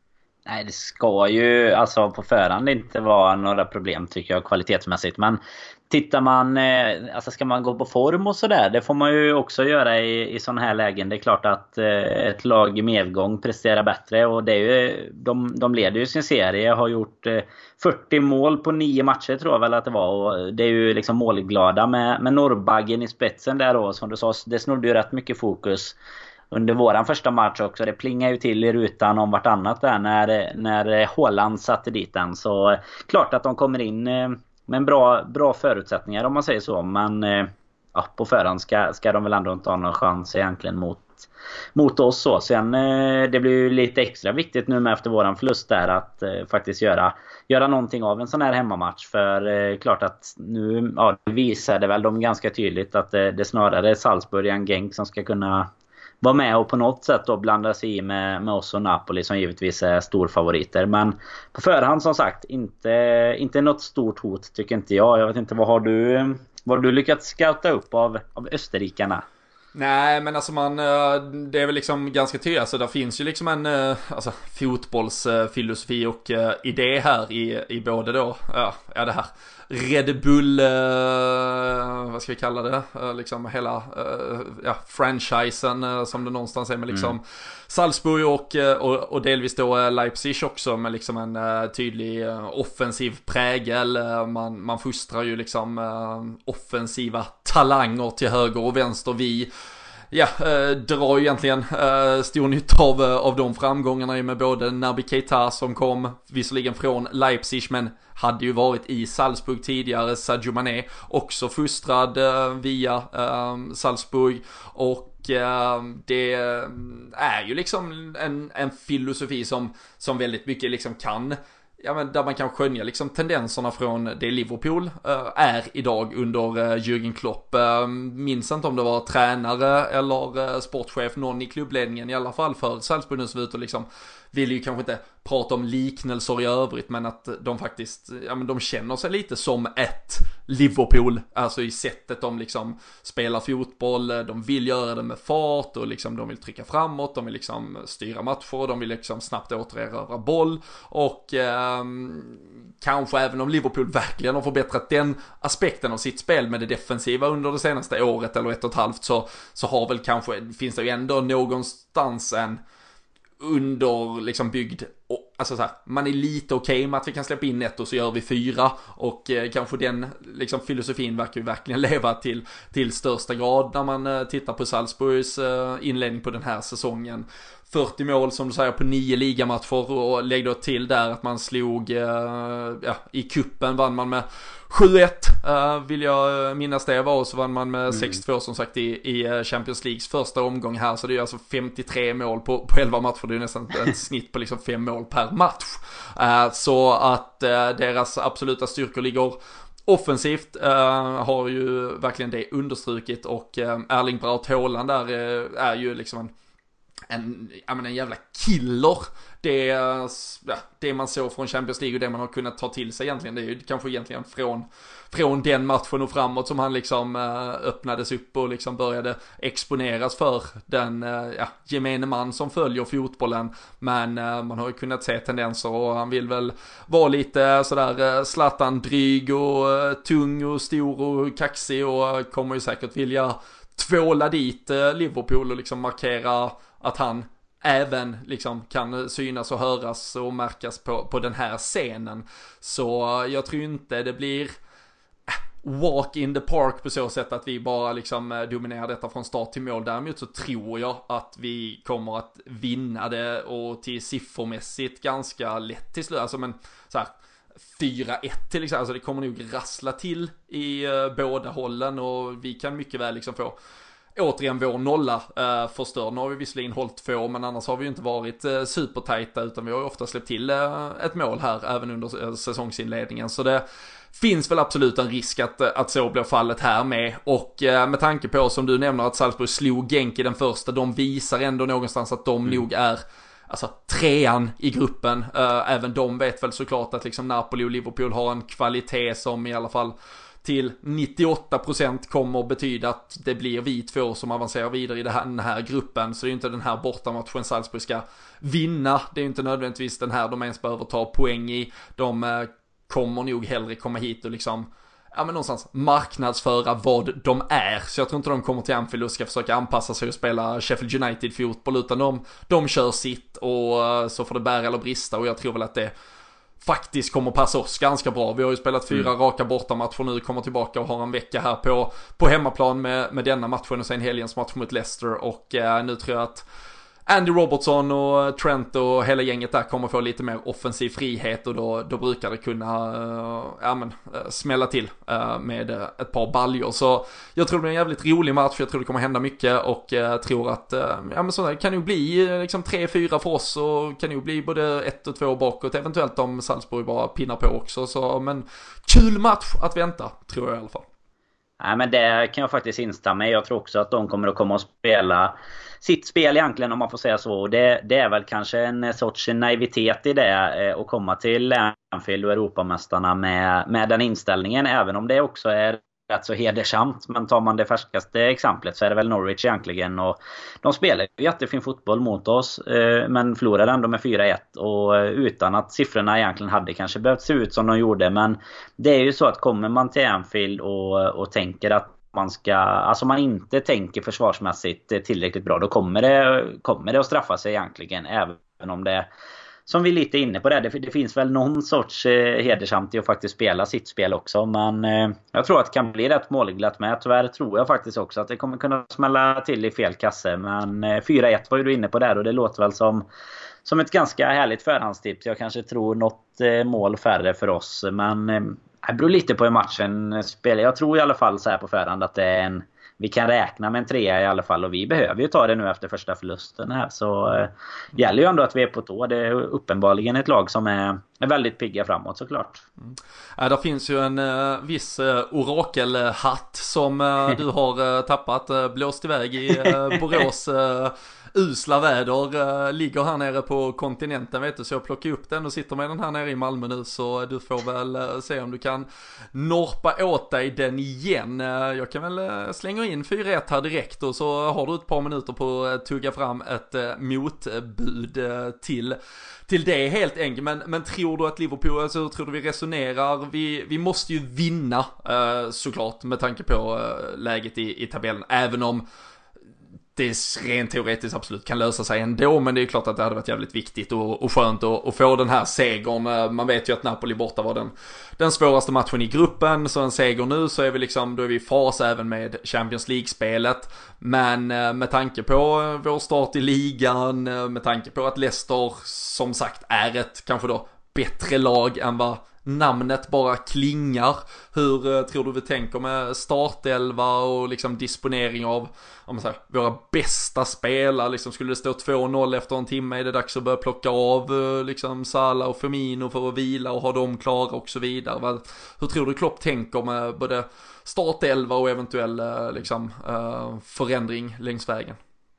Nej, det ska ju alltså på förhand inte vara några problem tycker jag kvalitetsmässigt. Men tittar man, alltså ska man gå på form och sådär, det får man ju också göra i, i sådana här lägen. Det är klart att eh, ett lag i medgång presterar bättre. Och det är ju, de, de leder ju sin serie, har gjort eh, fyrtio mål på nio matcher tror jag väl att det var. Och det är ju liksom målglada med, med Norrbaggen i spetsen där då. Som du sa, det snodde ju rätt mycket fokus under våran första match också. Det plingar ju till i rutan om vartannat där när, när Haaland satte dit den. Så klart att de kommer in med bra, bra förutsättningar om man säger så. Men ja, på förhand ska, ska de väl ändå inte ha någon chans egentligen mot, mot oss. Så. Sen det blir ju lite extra viktigt nu med efter våran förlust där att faktiskt göra, göra någonting av en sån här hemmamatch. För klart att nu ja, visar det väl de ganska tydligt att det, det snarare är Salzburg än Genk som ska kunna vara med och på något sätt då blanda sig i med, med oss och Napoli som givetvis är storfavoriter. Men på förhand som sagt inte, inte något stort hot tycker inte jag. Jag vet inte, vad har du, vad har du lyckats scouta upp av, av österrikarna?
Nej, men alltså man, det är väl liksom ganska tydligt, alltså där finns ju liksom en alltså, fotbollsfilosofi och idé här i, i både då, ja, ja det här Red Bull, eh, vad ska vi kalla det, eh, liksom hela eh, ja, franchisen eh, som det någonstans är med liksom mm. Salzburg och, och, och delvis då Leipzig också med liksom en eh, tydlig eh, offensiv prägel. Eh, man, man fostrar ju liksom eh, offensiva talanger till höger och vänster. Vi Ja, eh, drar ju egentligen eh, stor nytta av, av de framgångarna med både Naby Keita som kom visserligen från Leipzig men hade ju varit i Salzburg tidigare, Sadio Mané också fostrad eh, via eh, Salzburg och eh, det är ju liksom en, en filosofi som, som väldigt mycket liksom kan, ja, men där man kan skönja liksom tendenserna från det Liverpool äh, är idag under äh, Jürgen Klopp. Äh, minns inte om det var tränare eller äh, sportchef, någon i klubbledningen i alla fall för Salzburg nu, så ut och liksom vill ju kanske inte prata om liknelser i övrigt, men att de faktiskt, ja men de känner sig lite som ett Liverpool, alltså i sättet de liksom spelar fotboll, de vill göra det med fart och liksom de vill trycka framåt, de vill liksom styra matcher, de vill liksom snabbt återerövra boll och eh, kanske även om Liverpool verkligen har förbättrat den aspekten av sitt spel med det defensiva under det senaste året eller ett och ett halvt, så, så har väl kanske, finns det ju ändå någonstans en under liksom byggd, och, alltså så här, man är lite okej okay med att vi kan släppa in ett och så gör vi fyra och eh, kanske den liksom filosofin verkar ju verkligen leva till, till största grad när man eh, tittar på Salzburgs eh, inledning på den här säsongen. fyrtio mål som du säger på nio ligamatcher och lägg då till där att man slog eh, ja, i kuppen vann man med sju ett uh, vill jag minnas det var, och så vann man med mm. sex två som sagt i, i Champions Leagues första omgång här, så det är alltså femtiotre mål på, på elva matcher, det är nästan ett snitt på liksom fem mål per match. Uh, så att uh, deras absoluta styrkor ligger offensivt, uh, har ju verkligen det understrukit, och uh, Erling Braut Haaland där uh, är ju liksom en En, jag menar, en jävla killer. Det, ja, det man såg från Champions League och det man har kunnat ta till sig egentligen, det är ju kanske egentligen från, från den matchen och framåt som han liksom äh, öppnades upp och liksom började exponeras för den äh, ja, gemene man som följer fotbollen. Men äh, man har ju kunnat se tendenser och han vill väl vara lite sådär äh, Zlatan dryg och äh, tung och stor och kaxig och äh, kommer ju säkert vilja tvåla dit äh, Liverpool och liksom markera att han även liksom kan synas och höras och märkas på, på den här scenen. Så jag tror inte det blir walk in the park på så sätt att vi bara liksom dominerar detta från start till mål. Däremot så tror jag att vi kommer att vinna det, och till siffermässigt ganska lätt till slut. Alltså men så här fyra ett till exempel, alltså det kommer nog rassla till i uh, båda hållen, och vi kan mycket väl liksom få återigen vår nolla eh, förstörd. Nu har vi visserligen hållit två, men annars har vi ju inte varit eh, supertajta, utan vi har ju ofta släppt till eh, ett mål här även under eh, säsongsinledningen. Så det finns väl absolut en risk att, att så blir fallet här med. Och eh, med tanke på, som du nämner, att Salzburg slog Genk i den första, de visar ändå någonstans att de mm. nog är alltså trean i gruppen. Eh, även de vet väl såklart att liksom Napoli och Liverpool har en kvalitet som i alla fall till nittioåtta procent kommer betyda att det blir vi två som avancerar vidare i den här gruppen. Så det är inte den här bortamatchen Salzburg ska vinna. Det är inte nödvändigtvis den här de ens behöver ta poäng i. De eh, kommer nog hellre komma hit och liksom ja, men någonstans marknadsföra vad de är. Så jag tror inte de kommer till Anfield och ska försöka anpassa sig och spela Sheffield United-fotboll, utan de, de kör sitt och så får det bära eller brista, och jag tror väl att det faktiskt kommer passa oss ganska bra. Vi har ju spelat fyra mm. raka bortamatcher nu, kommer tillbaka och har en vecka här på, på hemmaplan med, med denna matchen och sen helgens match mot Leicester, och eh, nu tror jag att Andy Robertson och Trent och hela gänget där kommer få lite mer offensiv frihet, och då, då brukar det kunna uh, ja, men, uh, smälla till uh, med uh, ett par baljor. Så jag tror det är en jävligt rolig match, jag tror det kommer hända mycket, och jag uh, tror att uh, ja, men så där, kan ju bli uh, liksom tre fyra för oss, och kan ju bli både ett och två bakåt, eventuellt om Salzburg bara pinnar på också. Så, men kul match att vänta, tror jag i alla fall.
Nej, men det kan jag faktiskt instämma i. Jag tror också att de kommer att komma och spela sitt spel egentligen, om man får säga så. Det, det är väl kanske en sorts naivitet i det eh, att komma till Anfield och Europamästarna med, med den inställningen, även om det också är rätt så hedersamt. Men tar man det färskaste exemplet så är det väl Norwich egentligen, och de spelar ju jättefin fotboll mot oss eh, men förlorade ändå med fyra ett, och eh, utan att siffrorna egentligen hade kanske behövt se ut som de gjorde. Men det är ju så att kommer man till Anfield och, och tänker att man ska, alltså man inte tänker försvarsmässigt tillräckligt bra, då kommer det, kommer det att straffa sig egentligen, även om det, som vi är lite inne på det, det, det finns väl någon sorts eh, hedersamt i att faktiskt spela sitt spel också. Men eh, jag tror att det kan bli rätt målglatt med. Tyvärr tror jag faktiskt också att det kommer kunna smälla till i fel kasse. Men eh, fyra ett var ju du inne på där, och det låter väl som, som ett ganska härligt förhandstips. Jag kanske tror något eh, mål färre för oss, men eh, det beror lite på hur matchen spelar. Jag tror i alla fall så här på förhand att det är en, vi kan räkna med en trea i alla fall, och vi behöver ju ta det nu efter första förlusten här. Så eh, gäller ju ändå att vi är på tå. Det är uppenbarligen ett lag som är, är väldigt pigga framåt, såklart.
Mm. Ja, där finns ju en uh, viss uh, orakelhatt som uh, du har uh, tappat, uh, blåst iväg i uh, Borås uh, usla väder, uh, ligger här nere på kontinenten, vet du, så jag plockar upp den och sitter med den här nere i Malmö nu, så du får väl uh, se om du kan norpa åt dig den igen. Uh, jag kan väl uh, slänga in fyra ett här direkt, och så har du ett par minuter på att tugga fram ett uh, motbud uh, till till det helt enkelt. Men, men tror du att Liverpool, alltså, tror du vi resonerar, vi, vi måste ju vinna uh, såklart med tanke på uh, läget i, i tabellen, även om det rent teoretiskt absolut kan lösa sig ändå, men det är klart att det hade varit jävligt viktigt och, och skönt att, att få den här segern. Man vet ju att Napoli borta var den, den svåraste matchen i gruppen, så en seger nu så är vi liksom, då är vi i fas även med Champions League-spelet. Men med tanke på vår start i ligan, med tanke på att Leicester som sagt är ett kanske då bättre lag än vad namnet bara klingar. Hur uh, tror du vi tänker med startelva och liksom disponering av, om man säger, våra bästa spelare? Liksom, skulle det stå två noll efter en timme, är det dags att börja plocka av uh, liksom Salah och Firmino för att vila och ha dem klara och så vidare. Va? Hur tror du Klopp tänker med både startelva och eventuell uh, liksom, uh, förändring längs vägen?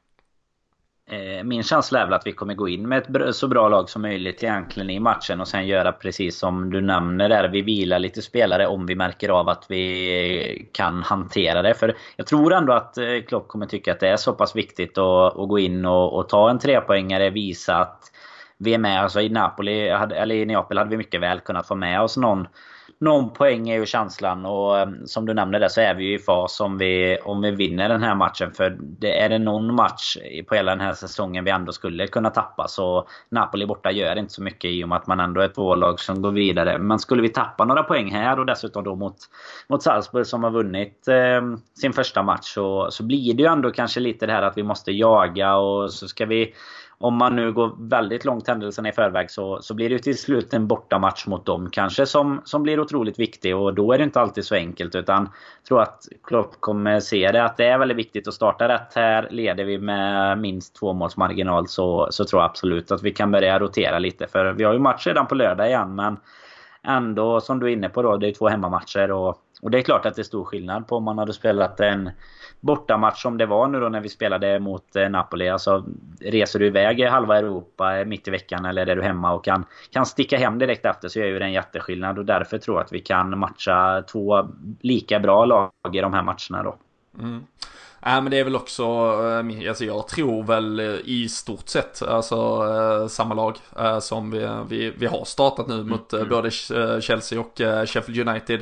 Min känsla är väl att vi kommer gå in med ett så bra lag som möjligt egentligen i matchen, och sen göra precis som du nämner där. Vi vilar lite spelare om vi märker av att vi kan hantera det. För jag tror ändå att Klopp kommer tycka att det är så pass viktigt att, att gå in och, och ta en trepoängare, visa att vi är med. Alltså i Napoli, eller i Neapel hade vi mycket väl kunnat få med oss någon Någon poäng är ju känslan, och som du nämnde där så är vi ju i fas om vi, om vi vinner den här matchen. För det är det någon match på hela den här säsongen vi ändå skulle kunna tappa, så Napoli borta gör inte så mycket i och med att man ändå är ett tvålag som går vidare. Men skulle vi tappa några poäng här, och dessutom då mot, mot Salzburg som har vunnit eh, sin första match, så, så blir det ju ändå kanske lite det här att vi måste jaga, och så ska vi, om man nu går väldigt långt händelserna i förväg, så, så blir det ju till slut en bortamatch mot dem kanske som, som blir otroligt viktig, och då är det inte alltid så enkelt, utan jag tror att Klopp kommer se det, att det är väldigt viktigt att starta rätt här. Leder vi med minst två måls marginal, så, så tror jag absolut att vi kan börja rotera lite, för vi har ju match redan på lördag igen, men ändå som du är inne på då, det är två hemmamatcher, och Och det är klart att det är stor skillnad på om man hade spelat en bortamatch som det var nu då när vi spelade mot eh, Napoli. Alltså reser du iväg halva Europa mitt i veckan eller är du hemma och kan, kan sticka hem direkt efter, så är ju det en jätteskillnad. Och därför tror jag att vi kan matcha två lika bra lag i de här matcherna då.
Mm. Ja, men det är väl också, alltså jag tror väl i stort sett alltså samma lag som vi, vi, vi har startat nu mot mm. både Chelsea och Sheffield United,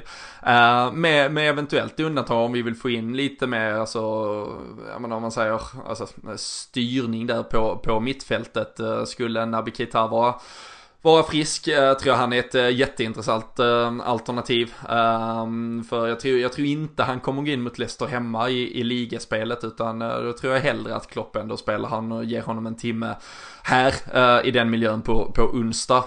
med, med eventuellt undantag om vi vill få in lite mer, alltså, jag menar, om man säger alltså, styrning där på, på mittfältet. Skulle Naby Keita vara Vara frisk, jag tror han är ett jätteintressant alternativ. För jag tror, jag tror inte han kommer gå in mot Leicester hemma i, i ligaspelet, utan då tror jag hellre att Klopp ändå spelar han och ger honom en timme här i den miljön på, på onsdag.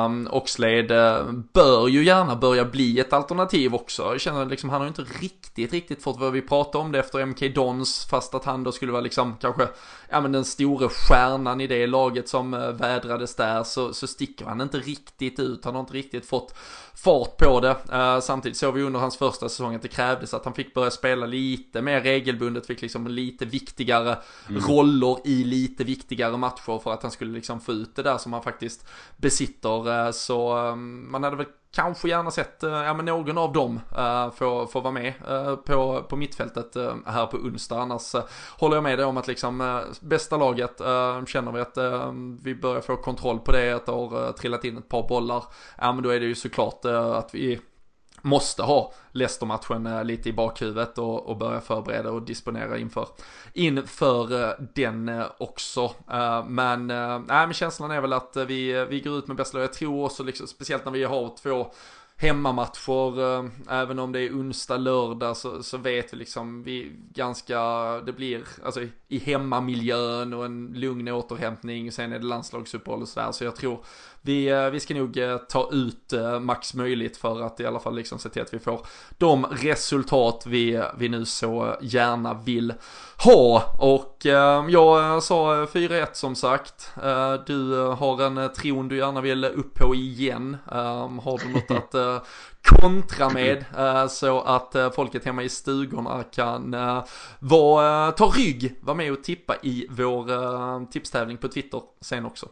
Oxlade bör ju gärna börja bli ett alternativ också. Jag känner liksom han har inte riktigt, riktigt fått vad vi pratade om det efter M K Dons, fast att han då skulle vara liksom kanske ja, men den stora stjärnan i det laget som vädrades där, så, så sticker han inte riktigt ut. Han har inte riktigt fått fart på det. Uh, samtidigt såg vi under hans första säsong att det krävdes att han fick börja spela lite mer regelbundet, fick liksom lite viktigare mm. roller i lite viktigare matcher för att han skulle liksom få ut det där som han faktiskt besitter. Uh, så um, man hade väl kanske gärna sett uh, ja, men någon av dem uh, få, få vara med uh, på, på mittfältet uh, här på onsdag. Annars uh, håller jag med dig om att liksom, uh, bästa laget uh, känner vi att uh, vi börjar få kontroll på det, att det har uh, trillat in ett par bollar. Ja, men då är det ju såklart uh, att vi måste ha Leicester-matchen uh, lite i bakhuvudet och, och börja förbereda och disponera inför, inför uh, den uh, också. Uh, men, uh, nej, men känslan är väl att uh, vi, vi går ut med bästa lag. Jag tror också, liksom, speciellt när vi har två hemmamatcher, äh, även om det är onsdag, lördag, så, så vet vi liksom vi ganska, det blir alltså i hemmamiljön och en lugn återhämtning, och sen är det landslagsuppehåll och sådär, så jag tror vi, äh, vi ska nog äh, ta ut äh, max möjligt för att i alla fall liksom se till att vi får de resultat vi, vi nu så gärna vill ha. Och äh, jag sa fyra ett som sagt. Äh, du har en tron du gärna vill upp på igen. Äh, har du något att äh, kontra med äh, så att äh, folket hemma i stugorna kan äh, vara, äh, ta rygg, vara med och tippa i vår äh, tipstävling på Twitter sen också?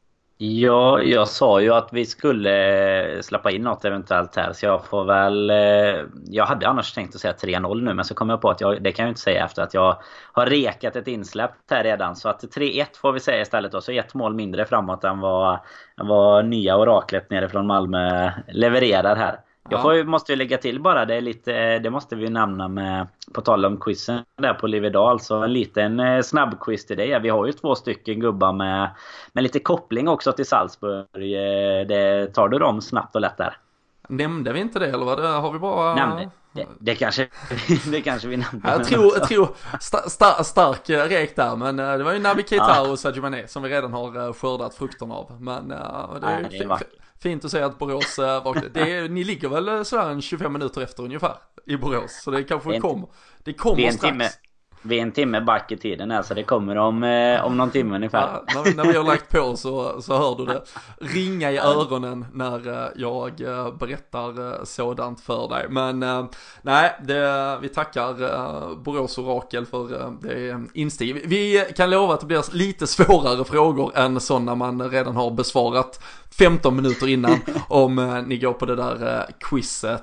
Ja, jag sa ju att vi skulle släppa in något eventuellt här, så jag får väl, jag hade annars tänkt att säga tre noll nu, men så kom jag på att jag, det kan jag inte säga efter att jag har rekat ett insläpp här redan, så att tre ett får vi säga istället då, så ett mål mindre framåt än vad, än vad nya oraklet nere från Malmö levererar här. Jag får, måste ju lägga till bara, det är lite, det måste vi nämna med, på tal om quizen där på Livedal, så en liten snabb quiz till dig. Vi har ju två stycken gubbar med, med lite koppling också till Salzburg. Det, tar du dem snabbt och lätt där?
Nämnde vi inte det, eller vad? Det har vi bara...
Nämnde. Det, det, kanske, det kanske vi nämnde.
Jag tror, jag tror sta, sta, stark rek där, men det var ju Naby Keita ja. och Sadio Mané som vi redan har skördat frukterna av. Men det är, ja, det är fint, fint att säga att Borås det är, ni ligger väl sådär en tjugofem minuter efter ungefär i Borås, så det kanske det kommer det kommer strax. Timme.
Vi är en timme back i tiden här, så det kommer om, eh, om någon timme ungefär.
Ja, när, när vi har lagt på så, så hör du det ringa i öronen när eh, jag eh, berättar eh, sådant för dig. Men eh, nej, det, vi tackar eh, Borås Orakel för eh, det insteg. Vi kan lova att det blir lite svårare frågor än sådana man redan har besvarat femton minuter innan om eh, ni går på det där eh, quizet.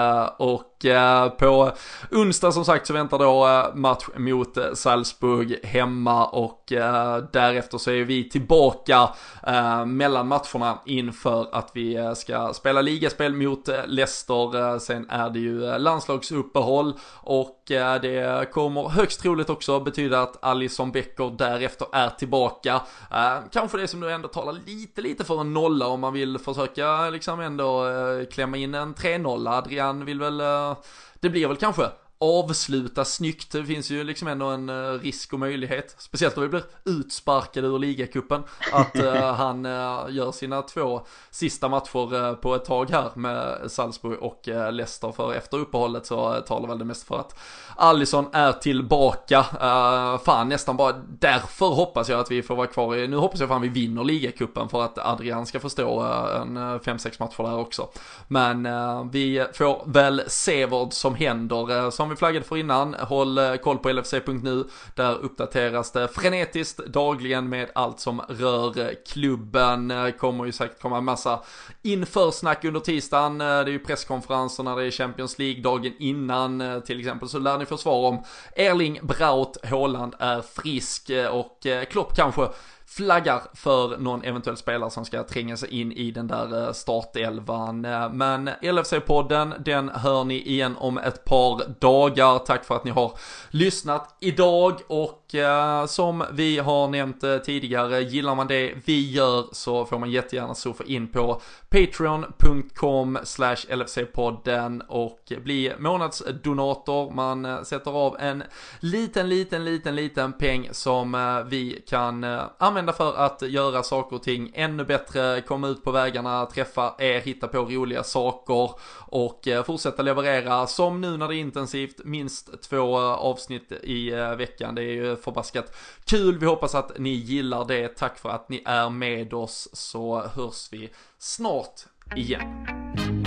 Och eh, på onsdag som sagt så väntar då eh, match mot eh, Salzburg hemma, och eh, därefter så är vi tillbaka eh, mellan matcherna inför att vi eh, ska spela ligaspel mot eh, Leicester. Eh, sen är det ju eh, landslagsuppehåll, och eh, det kommer högst troligt också betyda att Alisson Becker därefter är tillbaka. Eh, kanske det som du ändå talar lite lite för en nolla om man vill försöka liksom ändå eh, klämma in en tre noll. Adrian vill väl, det blir väl kanske avsluta snyggt. Det finns ju liksom ändå en risk och möjlighet, speciellt om vi blir utsparkade ur ligacupen, att uh, han uh, gör sina två sista matcher uh, på ett tag här med Salzburg och uh, Leicester, för efter uppehållet så uh, talar väl det mest för att Alisson är tillbaka. Uh, fan, nästan bara därför hoppas jag att vi får vara kvar i, nu hoppas jag fan vi vinner ligacupen för att Adrian ska förstå uh, en fem sex matcher där också. Men uh, vi får väl se vad som händer. Uh, som vi flaggade för innan, håll uh, koll på L F C punkt nu. Där uppdateras det frenetiskt dagligen med allt som rör uh, klubben. Uh, kommer ju säkert komma en massa införsnack under tisdagen. Uh, det är ju presskonferenser när det är Champions League dagen innan uh, till exempel, så lär ni få svar om Erling Braut Haaland är frisk uh, och uh, Klopp kanske flaggar för någon eventuell spelare som ska tränga sig in i den där startelvan. Men L F C-podden, den hör ni igen om ett par dagar. Tack för att ni har lyssnat idag, och eh, som vi har nämnt eh, tidigare, gillar man det vi gör så får man jättegärna surfa in på patreon punkt com slash L F C-podden och bli månadsdonator. Man eh, sätter av en liten, liten, liten, liten peng som eh, vi kan eh, använda för att göra saker och ting ännu bättre, komma ut på vägarna, träffa er, hitta på roliga saker och eh, fortsätta leverera som nu när det är intensivt, minst två eh, avsnitt i eh, veckan. Det är ju förbaskat kul. Vi hoppas att ni gillar det. Tack för att ni är med oss, så hörs vi snart igen.